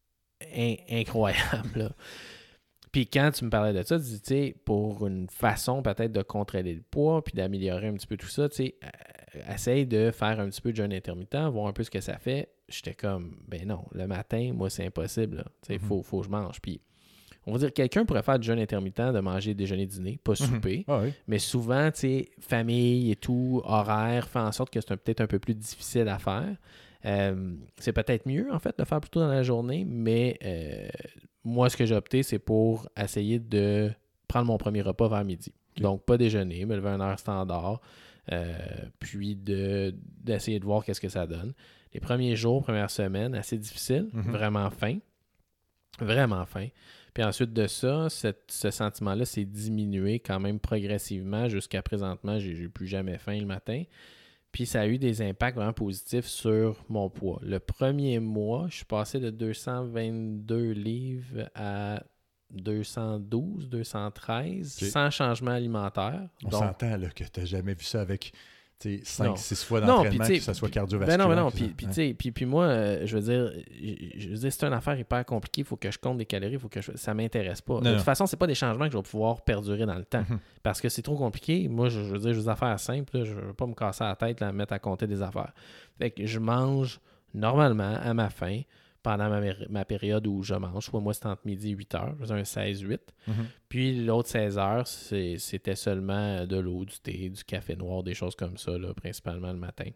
in- incroyable. Là. Puis quand tu me parlais de ça, tu dis, tu sais, pour une façon peut-être de contrôler le poids puis d'améliorer un petit peu tout ça, tu sais, euh, essaye de faire un petit peu de jeûne intermittent, voir un peu ce que ça fait. J'étais comme, ben non, le matin, moi, c'est impossible. Tu sais, il mm-hmm. faut, faut que je mange. Puis, on va dire, quelqu'un pourrait faire du jeûne intermittent, de manger déjeuner, dîner, pas souper. Mm-hmm. Ah oui. Mais souvent, tu sais, famille et tout, horaire, fait en sorte que c'est un, peut-être un peu plus difficile à faire. Euh, c'est peut-être mieux, en fait, de le faire plutôt dans la journée, mais euh, moi, ce que j'ai opté, c'est pour essayer de prendre mon premier repas vers midi. Okay. Donc, pas déjeuner, me lever à une heure standard, euh, puis de, d'essayer de voir qu'est-ce que ça donne. Les premiers jours, premières semaines, assez difficile, mm-hmm. vraiment faim, vraiment faim. Puis ensuite de ça, cette, ce sentiment-là s'est diminué quand même progressivement. Jusqu'à présentement, j'ai, j'ai plus jamais faim le matin. Puis ça a eu des impacts vraiment positifs sur mon poids. Le premier mois, je suis passé de deux cent vingt-deux livres à deux cent douze, deux cent treize, okay. sans changement alimentaire. On Donc, s'entend là, que tu n'as jamais vu ça avec cinq six fois d'entraînement, non, que ça soit cardiovasculaire. Ben non, ben non. Puis, puis, hein. puis, puis moi, euh, je veux dire, je veux dire, c'est une affaire hyper compliquée. Il faut que je compte des calories. Faut que je... Ça ne m'intéresse pas. Non, de toute non. façon, ce n'est pas des changements que je vais pouvoir perdurer dans le temps. Mm-hmm. Parce que c'est trop compliqué. Moi, je, je veux dire, j'ai des affaires simples. Là, je ne veux pas me casser la tête, là, me mettre à compter des affaires. Fait que je mange normalement à ma faim pendant ma, ma période où je mange. Soit moi, c'est entre midi et huit heures. Je faisais un seize huit. Mm-hmm. Puis l'autre seize heures, c'est, c'était seulement de l'eau, du thé, du café noir, des choses comme ça, là, principalement le matin.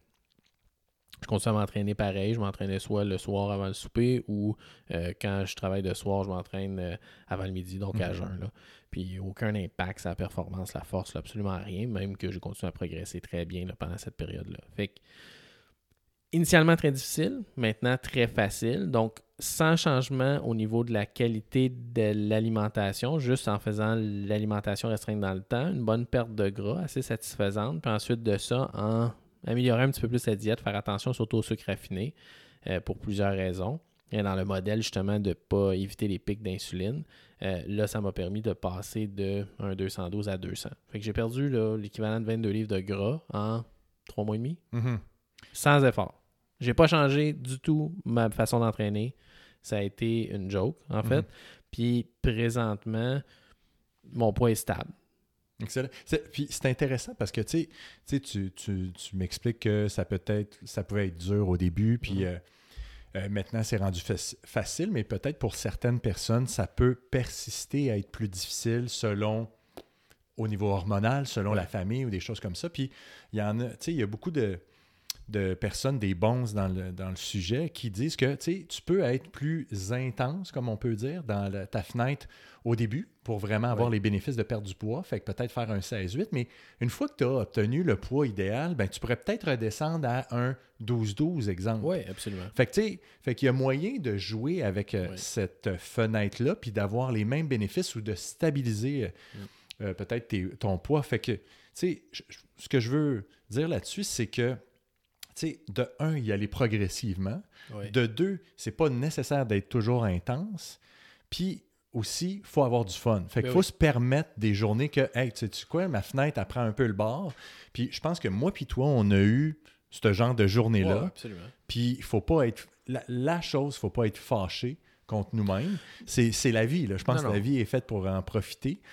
Je continue à m'entraîner pareil. Je m'entraînais soit le soir avant le souper ou euh, quand je travaille de soir, je m'entraîne euh, avant le midi, donc mm-hmm. à jeun. Là. Puis aucun impact sur la performance, la force, là, absolument rien, même que je continue à progresser très bien là, pendant cette période-là. Fait que initialement très difficile, maintenant très facile. Donc, sans changement au niveau de la qualité de l'alimentation, juste en faisant l'alimentation restreinte dans le temps, une bonne perte de gras assez satisfaisante, puis ensuite de ça, en améliorer un petit peu plus la diète, faire attention surtout au sucre raffiné euh, pour plusieurs raisons. Et dans le modèle justement de ne pas éviter les pics d'insuline, euh, là, ça m'a permis de passer de un deux cent douze à deux cents. Fait que j'ai perdu là, l'équivalent de vingt-deux livres de gras en trois mois et demi, Mm-hmm. sans effort. J'ai pas changé du tout ma façon d'entraîner. Ça a été une joke, en fait. Mm-hmm. Puis présentement, mon poids est stable. Excellent. C'est, puis c'est intéressant parce que tu sais, tu, tu, tu m'expliques que ça peut être, ça pouvait être dur au début, puis mm-hmm. euh, euh, maintenant c'est rendu fa- facile, mais peut-être pour certaines personnes, ça peut persister à être plus difficile selon au niveau hormonal, selon ouais. la famille ou des choses comme ça. Puis il y en a, tu sais, il y a beaucoup de de personnes, des bons dans le, dans le sujet, qui disent que tu peux être plus intense, comme on peut dire, dans le, ta fenêtre au début pour vraiment avoir oui. les bénéfices de perdre du poids. Fait que peut-être faire un seize huit, mais une fois que tu as obtenu le poids idéal, ben, tu pourrais peut-être redescendre à un douze douze, exemple. Oui, absolument. Fait que tu sais, fait qu'il y a moyen de jouer avec euh, oui. cette fenêtre-là puis d'avoir les mêmes bénéfices ou de stabiliser euh, oui. euh, peut-être tes, ton poids. Fait que, tu sais, ce que je veux dire là-dessus, c'est que tu sais, de un, y aller progressivement. Oui. De deux, c'est pas nécessaire d'être toujours intense. Puis aussi, il faut avoir du fun. Fait qu'il faut oui. se permettre des journées que, hey, tu sais quoi, ma fenêtre, elle prend un peu le bord. Puis je pense que moi puis toi, on a eu ce genre de journée-là. Oui, absolument. Puis il faut pas être... La, la chose, il faut pas être fâché contre nous-mêmes. C'est, c'est la vie, là. Je pense non, que non. la vie est faite pour en profiter.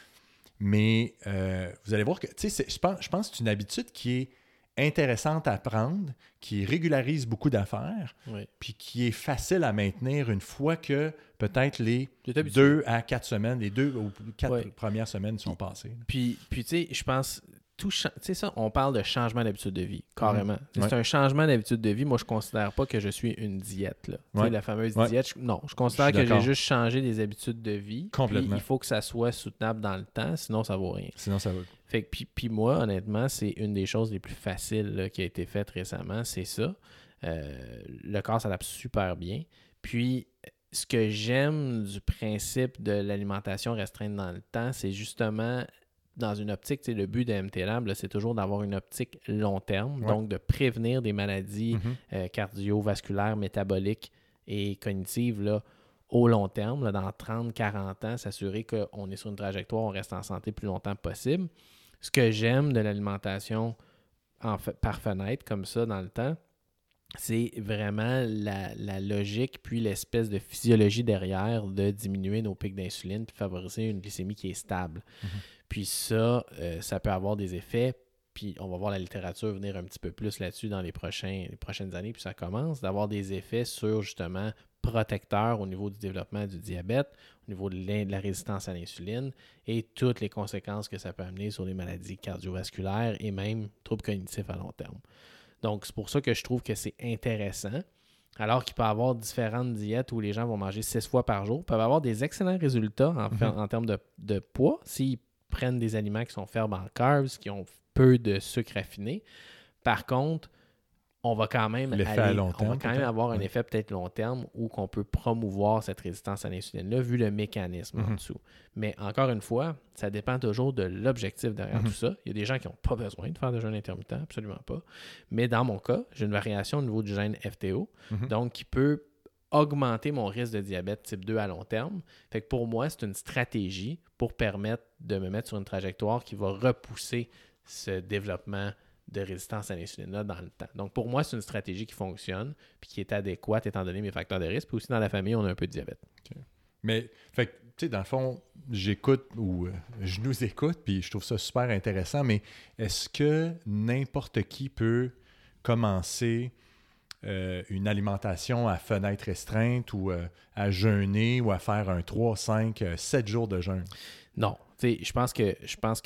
Mais euh, vous allez voir que, tu sais, je pense, je pense que c'est une habitude qui est intéressante à prendre, qui régularise beaucoup d'affaires, oui. puis qui est facile à maintenir une fois que peut-être les deux à quatre semaines, les deux ou quatre oui. premières semaines sont passées. Puis, puis tu sais, je pense, tout tu sais ça, on parle de changement d'habitude de vie, carrément. Mmh. C'est ouais. un changement d'habitude de vie. Moi, je ne considère pas que je suis une diète, là. Ouais. Tu sais, la fameuse ouais. diète. Je, non, je considère je que d'accord. j'ai juste changé des habitudes de vie. Complètement. Puis il faut que ça soit soutenable dans le temps, sinon ça ne vaut rien. Sinon, ça vaut. Fait que, puis, puis moi, honnêtement, c'est une des choses les plus faciles là, qui a été faite récemment, c'est ça. Euh, le corps s'adapte super bien. Puis, ce que j'aime du principe de l'alimentation restreinte dans le temps, c'est justement, dans une optique, le but de M T Lab, là, c'est toujours d'avoir une optique long terme, ouais. donc de prévenir des maladies mm-hmm. euh, cardiovasculaires, métaboliques et cognitives, là, au long terme, là, dans trente à quarante ans, s'assurer qu'on est sur une trajectoire, on reste en santé le plus longtemps possible. Ce que j'aime de l'alimentation en fait, par fenêtre, comme ça, dans le temps, c'est vraiment la, la logique puis l'espèce de physiologie derrière de diminuer nos pics d'insuline puis favoriser une glycémie qui est stable. Mm-hmm. Puis ça, euh, ça peut avoir des effets, puis on va voir la littérature venir un petit peu plus là-dessus dans les, prochains, les prochaines années, puis ça commence d'avoir des effets sur, justement, protecteurs au niveau du développement du diabète, au niveau de la résistance à l'insuline et toutes les conséquences que ça peut amener sur les maladies cardiovasculaires et même troubles cognitifs à long terme. Donc, c'est pour ça que je trouve que c'est intéressant, alors qu'il peut y avoir différentes diètes où les gens vont manger six fois par jour, peuvent avoir des excellents résultats en, mm-hmm. en termes de, de poids s'ils prennent des aliments qui sont faibles en carbs, qui ont peu de sucre raffiné. Par contre, on va quand même aller, à long terme, on va quand même avoir un ouais. effet peut-être long terme où qu'on peut promouvoir cette résistance à l'insuline-là, vu le mécanisme mm-hmm. en dessous. Mais encore une fois, ça dépend toujours de l'objectif derrière mm-hmm. tout ça. Il y a des gens qui n'ont pas besoin de faire de jeûne intermittent, absolument pas. Mais dans mon cas, j'ai une variation au niveau du gène F T O, mm-hmm. donc qui peut augmenter mon risque de diabète type deux à long terme. Fait que pour moi, c'est une stratégie pour permettre de me mettre sur une trajectoire qui va repousser ce développement de résistance à l'insuline-là dans le temps. Donc, pour moi, c'est une stratégie qui fonctionne puis qui est adéquate étant donné mes facteurs de risque. Puis aussi, dans la famille, on a un peu de diabète. Okay. Mais, fait tu sais, dans le fond, j'écoute ou euh, je nous écoute puis je trouve ça super intéressant, mais est-ce que n'importe qui peut commencer euh, une alimentation à fenêtre restreinte ou euh, à jeûner ou à faire un trois, cinq, sept jours de jeûne? Non. Tu sais, je pense que je pense que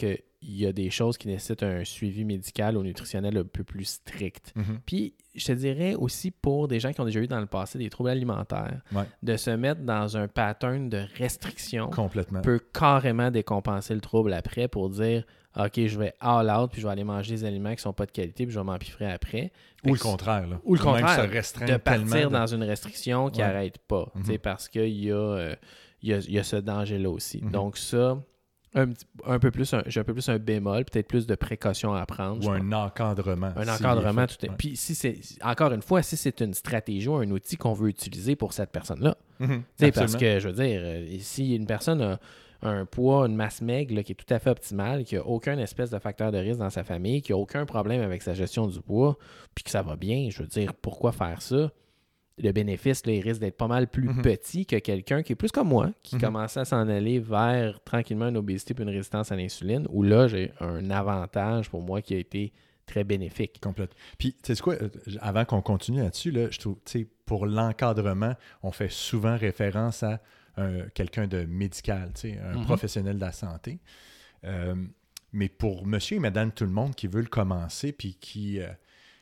il y a des choses qui nécessitent un suivi médical ou nutritionnel un peu plus strict. Mm-hmm. Puis, je te dirais aussi pour des gens qui ont déjà eu dans le passé des troubles alimentaires, ouais. de se mettre dans un pattern de restriction Complètement. peut carrément décompenser le trouble après pour dire « OK, je vais all out, puis je vais aller manger des aliments qui ne sont pas de qualité, puis je vais m'empiffrer après. » Ou le contraire. Là. Ou le Ou même contraire, se restreindre de partir tellement de... dans une restriction qui Ouais. n'arrête pas, Mm-hmm. parce qu'il y, euh, y, a, y a ce danger-là aussi. Mm-hmm. Donc ça... Un, un peu plus un, j'ai un peu plus un bémol, peut-être plus de précautions à prendre. Ou un encadrement. Un encadrement, tout est. Ouais. Puis si c'est encore une fois, si c'est une stratégie ou un outil qu'on veut utiliser pour cette personne-là. Mm-hmm. Parce que je veux dire, si une personne a un poids, une masse maigre là, qui est tout à fait optimale, qui n'a aucun espèce de facteur de risque dans sa famille, qui n'a aucun problème avec sa gestion du poids, puis que ça va bien, je veux dire, pourquoi faire ça? Le bénéfice, là, il risque d'être pas mal plus mm-hmm. petit que quelqu'un qui est plus comme moi, qui mm-hmm. commençait à s'en aller vers tranquillement une obésité et une résistance à l'insuline, où là, j'ai un avantage pour moi qui a été très bénéfique. Complètement. Puis, tu sais quoi, avant qu'on continue là-dessus, là, je trouve, tu sais, pour l'encadrement, on fait souvent référence à un, quelqu'un de médical, tu sais, un mm-hmm. professionnel de la santé. Euh, mais pour monsieur et madame tout le monde qui veut le commencer, puis qui... Euh,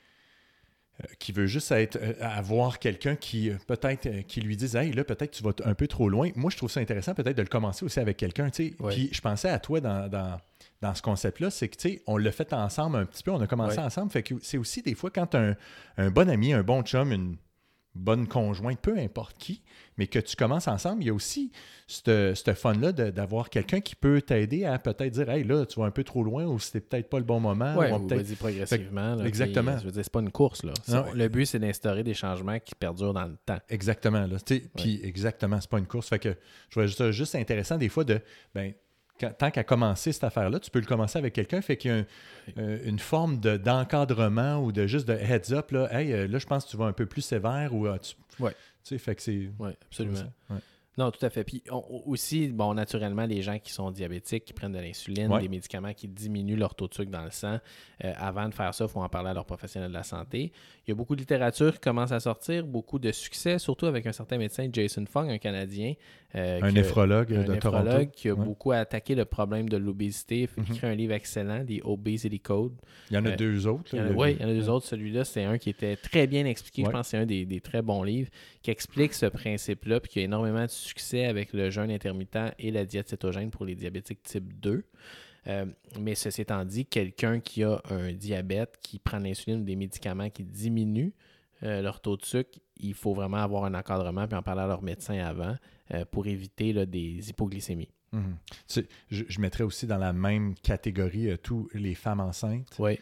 qui veut juste être, euh, avoir quelqu'un qui peut-être euh, qui lui dise « Hey, là, peut-être tu vas t- un peu trop loin. » Moi, je trouve ça intéressant peut-être de le commencer aussi avec quelqu'un, tu sais. Ouais. Puis je pensais à toi dans, dans, dans ce concept-là, c'est que, tu sais, on l'a fait ensemble un petit peu, on a commencé ouais. ensemble. Fait que c'est aussi des fois quand un, un bon ami, un bon chum, une bonne conjointe, peu importe qui, mais que tu commences ensemble, il y a aussi ce fun-là de, d'avoir quelqu'un qui peut t'aider à peut-être dire « Hey, là, tu vas un peu trop loin » ou « C'était peut-être pas le bon moment. » Oui, ou peut-être... vas-y progressivement. Là, exactement. Je veux dire, c'est pas une course. Là. Non, le but, c'est d'instaurer des changements qui perdurent dans le temps. Exactement. Là, ouais. Puis exactement, c'est pas une course. Fait que je vois juste, juste intéressant des fois de... ben quand, tant qu'à commencer cette affaire-là, tu peux le commencer avec quelqu'un, fait qu'il y a un, euh, une forme de, d'encadrement ou de juste de heads up, là, hey, euh, là, je pense que tu vas un peu plus sévère ou... Euh, tu ouais. sais, fait que c'est... Oui, absolument. Ouais. Non, tout à fait. Puis on, aussi, bon, naturellement, les gens qui sont diabétiques, qui prennent de l'insuline, ouais. des médicaments qui diminuent leur taux de sucre dans le sang, euh, avant de faire ça, il faut en parler à leur professionnel de la santé. Il y a beaucoup de littérature qui commence à sortir, beaucoup de succès, surtout avec un certain médecin, Jason Fung, un Canadien. Euh, un néphrologue un de néphrologue Toronto. qui a ouais. beaucoup attaqué le problème de l'obésité. Il a mm-hmm. écrit un livre excellent, The Obesity Code. Il y en a euh, deux autres. Là, il y en a, oui, il y en a deux ouais. autres. Celui-là, c'est un qui était très bien expliqué. Ouais. Je pense que c'est un des, des très bons livres qui explique ce principe-là puis qui a énormément de succès avec le jeûne intermittent et la diète cétogène pour les diabétiques type deux. Euh, mais ceci étant dit, quelqu'un qui a un diabète, qui prend de l'insuline ou des médicaments qui diminuent euh, leur taux de sucre, il faut vraiment avoir un encadrement puis en parler à leur médecin avant euh, pour éviter là, des hypoglycémies. Mmh. Tu sais, je, je mettrais aussi dans la même catégorie euh, tous les femmes enceintes, oui.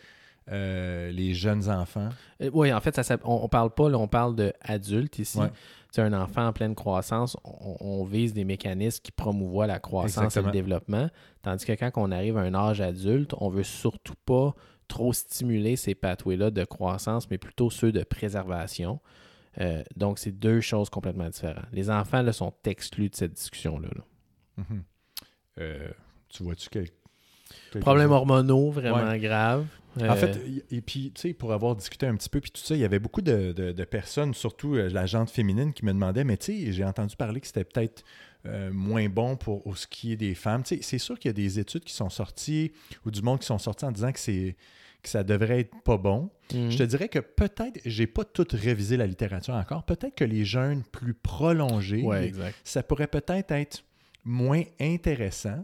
euh, les jeunes enfants. Euh, oui, en fait, ça, ça, on ne parle pas, là, on parle d'adultes ici. Ouais. C'est un enfant en pleine croissance, on, on vise des mécanismes qui promouvoient la croissance Exactement. et le développement, tandis que quand on arrive à un âge adulte, on ne veut surtout pas trop stimuler ces pathways-là de croissance, mais plutôt ceux de préservation. Euh, donc, c'est deux choses complètement différentes. Les enfants là, sont exclus de cette discussion-là. Là. Mm-hmm. Euh, tu vois-tu quel... Problèmes hormonaux vraiment ouais. graves. Euh... En fait, et puis, tu sais, pour avoir discuté un petit peu, puis tout ça, il y avait beaucoup de, de, de personnes, surtout euh, la gente féminine, qui me demandaient, mais tu sais, j'ai entendu parler que c'était peut-être euh, moins bon pour, pour ce qui est des femmes. Tu sais, c'est sûr qu'il y a des études qui sont sorties, ou du monde qui sont sorties en disant que c'est que ça devrait être pas bon. Mm-hmm. Je te dirais que peut-être, j'ai pas tout révisé la littérature encore, peut-être que les jeûnes plus prolongés, ouais, les, ça pourrait peut-être être moins intéressant.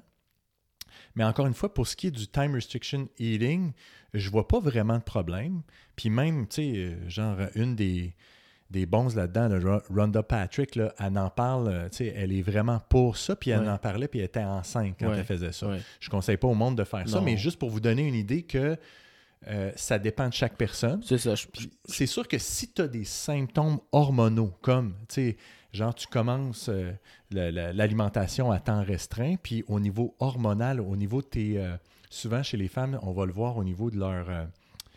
Mais encore une fois, pour ce qui est du time restriction eating, je vois pas vraiment de problème. Puis même, tu sais, genre, une des, des bonzes là-dedans, là, Rhonda Patrick, là, elle en parle, tu sais, elle est vraiment pour ça, puis elle ouais. en parlait, puis elle était enceinte quand ouais. elle faisait ça. Ouais. Je conseille pas au monde de faire non. ça, mais juste pour vous donner une idée que euh, ça dépend de chaque personne. C'est ça. Je... Puis c'est sûr que si tu as des symptômes hormonaux, comme, tu sais, genre, tu commences euh, le, le, l'alimentation à temps restreint, puis au niveau hormonal, au niveau de tes... Euh, souvent, chez les femmes, on va le voir au niveau de leur, euh,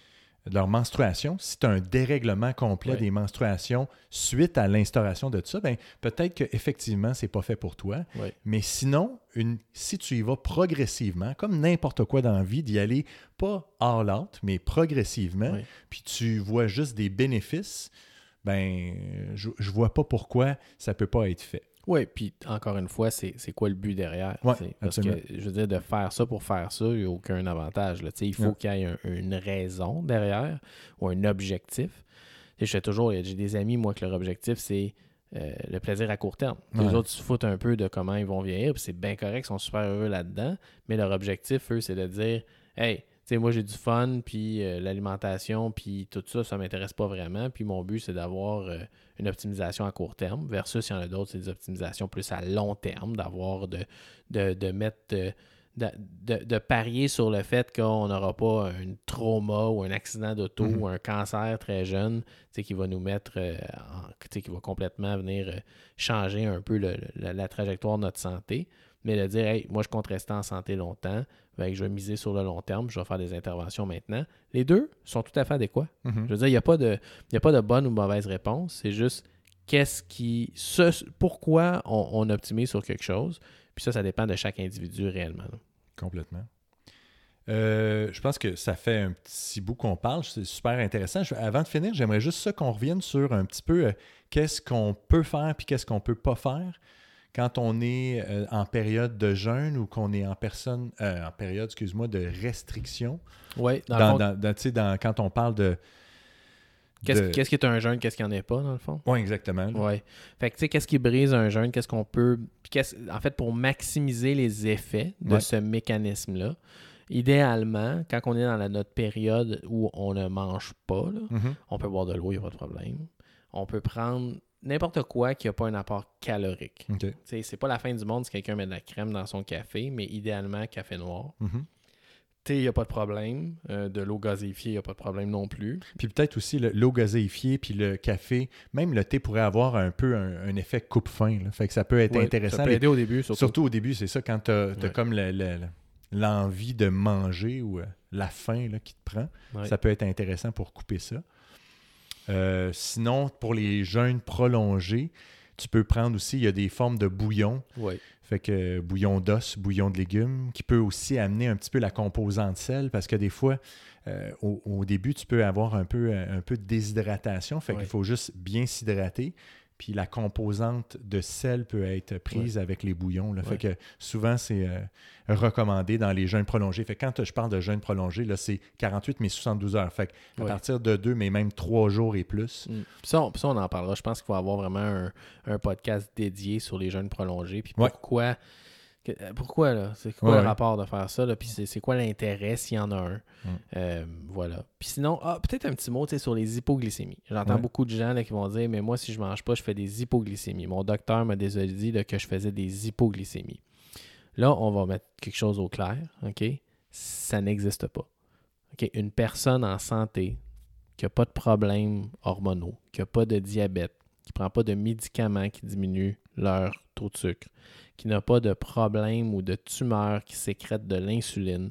de leur menstruation. Si tu as un dérèglement complet ouais. des menstruations suite à l'instauration de tout ça, bien, peut-être qu'effectivement, ce n'est pas fait pour toi. Ouais. Mais sinon, une, si tu y vas progressivement, comme n'importe quoi dans la vie, d'y aller pas all out, mais progressivement, ouais. puis tu vois juste des bénéfices, ben, je ne vois pas pourquoi ça ne peut pas être fait. Oui, puis encore une fois, c'est, c'est quoi le but derrière? Ouais, parce absolument. que, je veux dire, de faire ça pour faire ça, il n'y a aucun avantage. Là. Il faut Ouais. qu'il y ait un- une raison derrière ou un objectif. Je fais toujours, j'ai des amis, moi, que leur objectif, c'est euh, le plaisir à court terme. Ouais. Les autres, ils se foutent un peu de comment ils vont vieillir, puis c'est bien correct, ils sont super heureux là-dedans, mais leur objectif, eux, c'est de dire « Hey, tu sais, moi, j'ai du fun, puis euh, l'alimentation, puis tout ça, ça m'intéresse pas vraiment, puis mon but, c'est d'avoir euh, une optimisation à court terme, versus, il y en a d'autres, c'est des optimisations plus à long terme, d'avoir, de, de, de mettre... Euh, De, de, de parier sur le fait qu'on n'aura pas un trauma ou un accident d'auto mm-hmm. ou un cancer très jeune qui va nous mettre, euh, en, qui va complètement venir euh, changer un peu le, le, la trajectoire de notre santé. Mais de dire, hey, moi je compte rester en santé longtemps, ben, je vais miser sur le long terme, je vais faire des interventions maintenant. Les deux sont tout à fait adéquats. Mm-hmm. Je veux dire, il n'y a pas de, il n'y a pas de bonne ou mauvaise réponse. C'est juste qu'est-ce qui. Ce, pourquoi on, on optimise sur quelque chose. Puis ça, ça dépend de chaque individu réellement. Là. Complètement. Euh, je pense que ça fait un petit bout qu'on parle. C'est super intéressant. Je, avant de finir, j'aimerais juste ça qu'on revienne sur un petit peu euh, qu'est-ce qu'on peut faire puis qu'est-ce qu'on ne peut pas faire quand on est euh, en période de jeûne ou qu'on est en personne euh, en période, excuse-moi, de restriction. Oui, dans, dans, le fond, dans, dans, tu sais, dans quand on parle de Qu'est-ce, de... qu'est-ce qui est un jeûne, qu'est-ce qu'il n'y en a pas, dans le fond? Oui, exactement. Oui. Fait que, tu sais, qu'est-ce qui brise un jeûne, qu'est-ce qu'on peut... Qu'est-ce... En fait, pour maximiser les effets de ouais. ce mécanisme-là, idéalement, quand on est dans la, notre période où on ne mange pas, là, mm-hmm. on peut boire de l'eau, il n'y a pas de problème. On peut prendre n'importe quoi qui n'a pas un apport calorique. Okay. Tu sais, c'est pas la fin du monde si quelqu'un met de la crème dans son café, mais idéalement, café noir. Mm-hmm. Il n'y a pas de problème. Euh, de l'eau gazéifiée, il n'y a pas de problème non plus. Puis peut-être aussi le, l'eau gazéifiée puis le café, même le thé pourrait avoir un peu un, un effet coupe-faim. Là. Fait que ça peut être ouais, intéressant. Ça peut aider au début, surtout. Surtout au début, c'est ça, quand tu as ouais. comme le, le, l'envie de manger ou euh, la faim là, qui te prend. Ouais. Ça peut être intéressant pour couper ça. Euh, sinon, pour les jeûnes prolongés, tu peux prendre aussi, il y a des formes de bouillon. Oui. Fait que bouillon d'os, bouillon de légumes, qui peut aussi amener un petit peu la composante sel, parce que des fois, euh, au, au début, tu peux avoir un peu, un peu de déshydratation. Fait oui. qu'il faut juste bien s'hydrater. Puis la composante de sel peut être prise oui. avec les bouillons. Là. Fait oui. que souvent, c'est euh, recommandé dans les jeûnes prolongés. Fait que quand je parle de jeûne prolongé, là, c'est quarante-huit mais soixante-douze heures. Fait qu'à oui. partir de deux, mais même trois jours et plus. Mm. Puis ça, on, puis ça, on en parlera. Je pense qu'il faut avoir vraiment un, un podcast dédié sur les jeûnes prolongés. Puis pourquoi... Oui. Pourquoi, là? C'est quoi ouais, le rapport de faire ça? Là? Puis c'est, c'est quoi l'intérêt s'il y en a un? Mm. Euh, voilà. Puis sinon, ah, peut-être un petit mot sur les hypoglycémies. J'entends ouais. beaucoup de gens là, qui vont dire « Mais moi, si je mange pas, je fais des hypoglycémies. » Mon docteur m'a déjà dit là, que je faisais des hypoglycémies. Là, on va mettre quelque chose au clair. OK? Ça n'existe pas. OK? Une personne en santé qui n'a pas de problèmes hormonaux, qui n'a pas de diabète, qui ne prend pas de médicaments qui diminuent leur taux de sucre, qui n'a pas de problème ou de tumeur qui sécrète de l'insuline,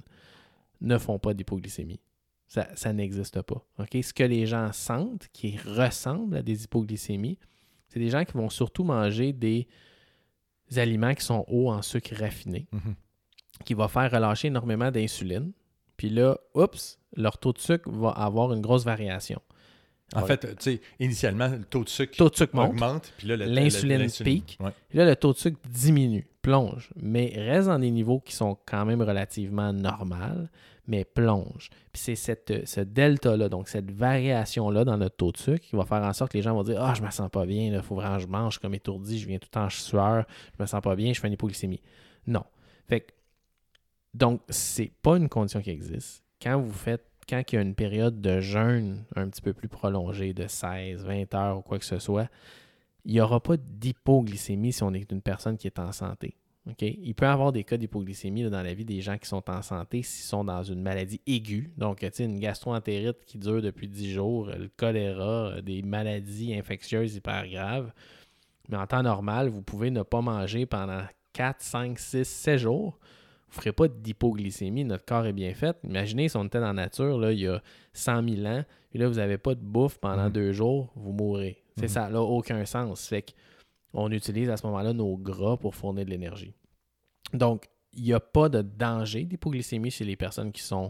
ne font pas d'hypoglycémie. Ça, ça n'existe pas. Okay? Ce que les gens sentent, qui ressemble à des hypoglycémies, c'est des gens qui vont surtout manger des aliments qui sont hauts en sucre raffiné, mm-hmm. qui va faire relâcher énormément d'insuline. Puis là, oups, leur taux de sucre va avoir une grosse variation. En Alors, fait, tu sais, initialement, le taux de sucre, taux de sucre augmente, puis là, le, l'insuline, le, l'insuline pique, ouais. puis là, le taux de sucre diminue, plonge, mais reste dans des niveaux qui sont quand même relativement normaux, mais plonge. Puis c'est cette, ce delta-là, donc cette variation-là dans notre taux de sucre qui va faire en sorte que les gens vont dire « Ah, je me sens pas bien, il faut vraiment que je mange, je suis comme étourdi, je viens tout le temps en sueur, je me sens pas bien, je fais une hypoglycémie. » Non. Fait que, donc, c'est pas une condition qui existe. Quand vous faites Quand il y a une période de jeûne un petit peu plus prolongée, de seize, vingt heures ou quoi que ce soit, il n'y aura pas d'hypoglycémie si on est une personne qui est en santé. Okay? Il peut y avoir des cas d'hypoglycémie là, dans la vie des gens qui sont en santé s'ils sont dans une maladie aiguë. Donc, tu sais, une gastro-entérite qui dure depuis dix jours, le choléra, des maladies infectieuses hyper graves. Mais en temps normal, vous pouvez ne pas manger pendant quatre, cinq, six, sept jours. Vous ne ferez pas d'hypoglycémie, notre corps est bien fait. Imaginez si on était dans la nature là, il y a cent mille ans, et là, vous n'avez pas de bouffe pendant mmh. deux jours, vous mourrez. Mmh. Ça n'a aucun sens. Fait qu'on utilise à ce moment-là nos gras pour fournir de l'énergie. Donc, il n'y a pas de danger d'hypoglycémie chez les personnes qui sont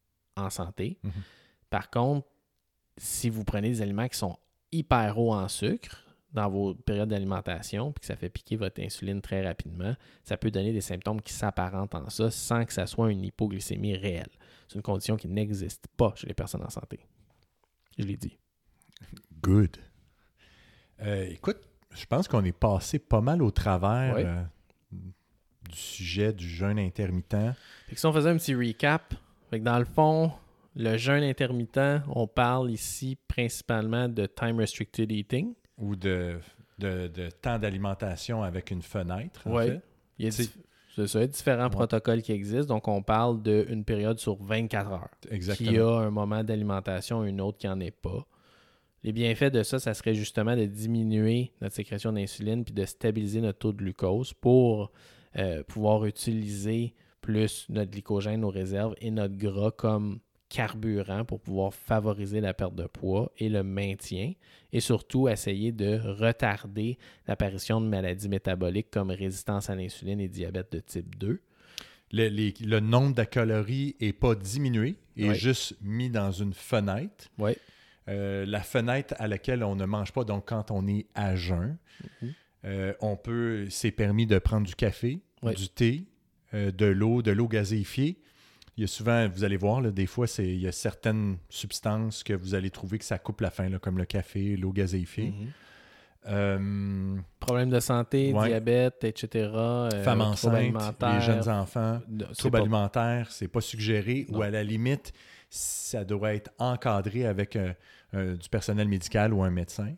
en santé. Mmh. Par contre, si vous prenez des aliments qui sont hyper hauts en sucre, dans vos périodes d'alimentation puis que ça fait piquer votre insuline très rapidement, ça peut donner des symptômes qui s'apparentent en ça sans que ça soit une hypoglycémie réelle. C'est une condition qui n'existe pas chez les personnes en santé. Je l'ai dit. Good. Euh, écoute, je pense qu'on est passé pas mal au travers ouais. euh, du sujet du jeûne intermittent. Fait que si on faisait un petit recap, fait que dans le fond, le jeûne intermittent, on parle ici principalement de time restricted eating. Ou de, de, de temps d'alimentation avec une fenêtre, en ouais. fait. Il y a dif- c'est ça, il y a différents ouais. protocoles qui existent. Donc, on parle d'une période sur vingt-quatre heures. Exactement. Qui a un moment d'alimentation et une autre qui n'en est pas. Les bienfaits de ça, ça serait justement de diminuer notre sécrétion d'insuline puis de stabiliser notre taux de glucose pour euh, pouvoir utiliser plus notre glycogène, nos réserves et notre gras comme carburant pour pouvoir favoriser la perte de poids et le maintien et surtout essayer de retarder l'apparition de maladies métaboliques comme résistance à l'insuline et diabète de type deux. Le, les, le nombre de calories n'est pas diminué, est oui. juste mis dans une fenêtre. Oui. Euh, la fenêtre à laquelle on ne mange pas, donc quand on est à jeun, mm-hmm. euh, on peut, c'est permis de prendre du café, oui. du thé, euh, de l'eau, de l'eau gazéifiée. Il y a souvent, vous allez voir, là, des fois, c'est, il y a certaines substances que vous allez trouver que ça coupe la faim, là, comme le café, l'eau gazéifiée. Mm-hmm. Euh, Problèmes de santé, ouais. diabète, et cetera. Euh, Femmes enceintes, les jeunes enfants, troubles pas... alimentaires, c'est pas suggéré. Non. Ou à la limite, ça doit être encadré avec un, un, du personnel médical ou un médecin.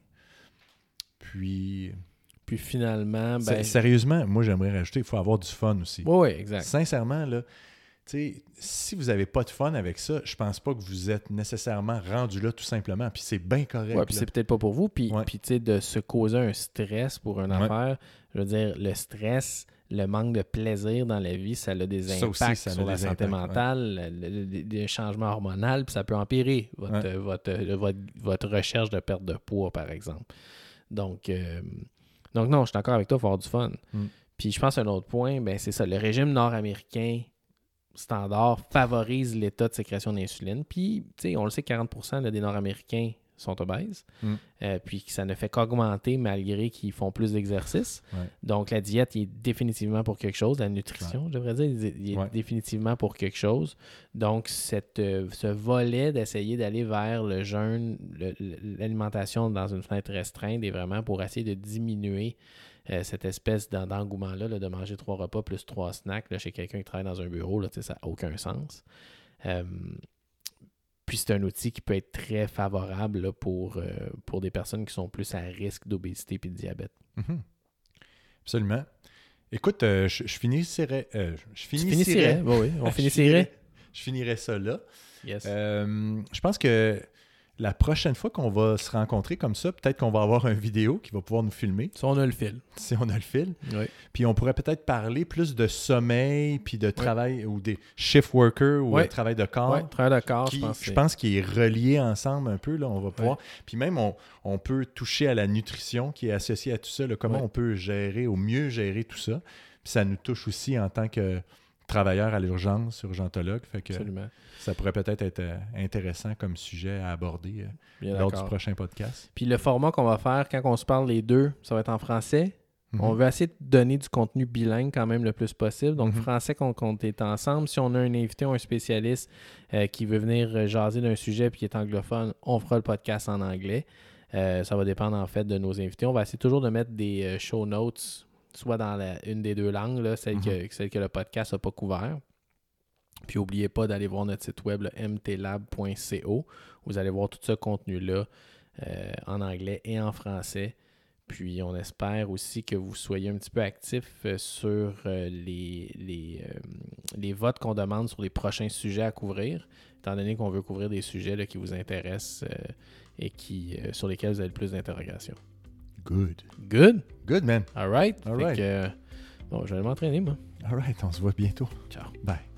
Puis... Puis finalement... Ben... Sérieusement, moi, j'aimerais rajouter, il faut avoir du fun aussi. Oui, oui, exact. Sincèrement, là... T'sais, si vous n'avez pas de fun avec ça, je pense pas que vous êtes nécessairement rendu là tout simplement. Puis c'est bien correct. Oui, puis c'est peut-être pas pour vous. Puis, ouais. puis tu sais, de se causer un stress pour une ouais. affaire, je veux dire, le stress, le manque de plaisir dans la vie, ça a des impacts ça aussi, ça sur la santé impacts, mentale, ouais. le, le, le, les changements hormonaux, puis ça peut empirer votre, ouais. votre, votre, votre, votre recherche de perte de poids, par exemple. Donc, euh, donc non, je suis d'accord avec toi, il faut avoir du fun. Mm. Puis je pense un autre point, ben c'est ça, le régime nord-américain standard favorise l'état de sécrétion d'insuline. Puis, tu sais, on le sait, quarante pour cent là, des Nord-Américains sont obèses. Mm. Euh, puis ça ne fait qu'augmenter malgré qu'ils font plus d'exercice. Ouais. Donc, la diète il est définitivement pour quelque chose. La nutrition, ouais. je devrais dire, il est ouais. définitivement pour quelque chose. Donc, cette, euh, ce volet d'essayer d'aller vers le jeûne, le, l'alimentation dans une fenêtre restreinte est vraiment pour essayer de diminuer Euh, cette espèce d'engouement-là là, de manger trois repas plus trois snacks là, chez quelqu'un qui travaille dans un bureau, là, ça n'a aucun sens. Euh, puis c'est un outil qui peut être très favorable là, pour, euh, pour des personnes qui sont plus à risque d'obésité et de diabète. Mm-hmm. Absolument. Écoute, euh, je, je finirais... Euh, je finirais... finirais oui, oui, on finirait. Je finirais ça là. Yes. Euh, je pense que la prochaine fois qu'on va se rencontrer comme ça, peut-être qu'on va avoir une vidéo qui va pouvoir nous filmer. Si on a le fil. Si on a le fil. Oui. Puis on pourrait peut-être parler plus de sommeil, puis de travail, oui. ou des shift workers, ou oui. de travail de corps. Oui, travail de corps, qui, je pense. Je pense qu'il est relié ensemble un peu, là, on va pouvoir. Oui. Puis même, on, on peut toucher à la nutrition qui est associée à tout ça, là, comment oui. on peut gérer, ou mieux gérer tout ça. Puis ça nous touche aussi en tant que travailleur à l'urgence, urgentologue. Fait que absolument. Ça pourrait peut-être être intéressant comme sujet à aborder Bien lors d'accord. du prochain podcast. Puis le format qu'on va faire quand on se parle les deux, ça va être en français. Mm-hmm. On veut essayer de donner du contenu bilingue quand même le plus possible. Donc, mm-hmm. français qu'on, qu'on est ensemble. Si on a un invité ou un spécialiste euh, qui veut venir jaser d'un sujet et qui est anglophone, on fera le podcast en anglais. Euh, ça va dépendre en fait de nos invités. On va essayer toujours de mettre des euh, show notes soit dans la, une des deux langues, là, celle, mm-hmm. que, celle que le podcast n'a pas couvert. Puis n'oubliez pas d'aller voir notre site web, m t lab point co. Vous allez voir tout ce contenu-là euh, en anglais et en français. Puis on espère aussi que vous soyez un petit peu actifs sur euh, les, les, euh, les votes qu'on demande sur les prochains sujets à couvrir, étant donné qu'on veut couvrir des sujets là, qui vous intéressent euh, et qui, euh, sur lesquels vous avez le plus d'interrogations. Good. Good? Good, man. All right. All fait right. Que, bon, je vais aller m'entraîner, moi. All right. On se voit bientôt. Ciao. Bye.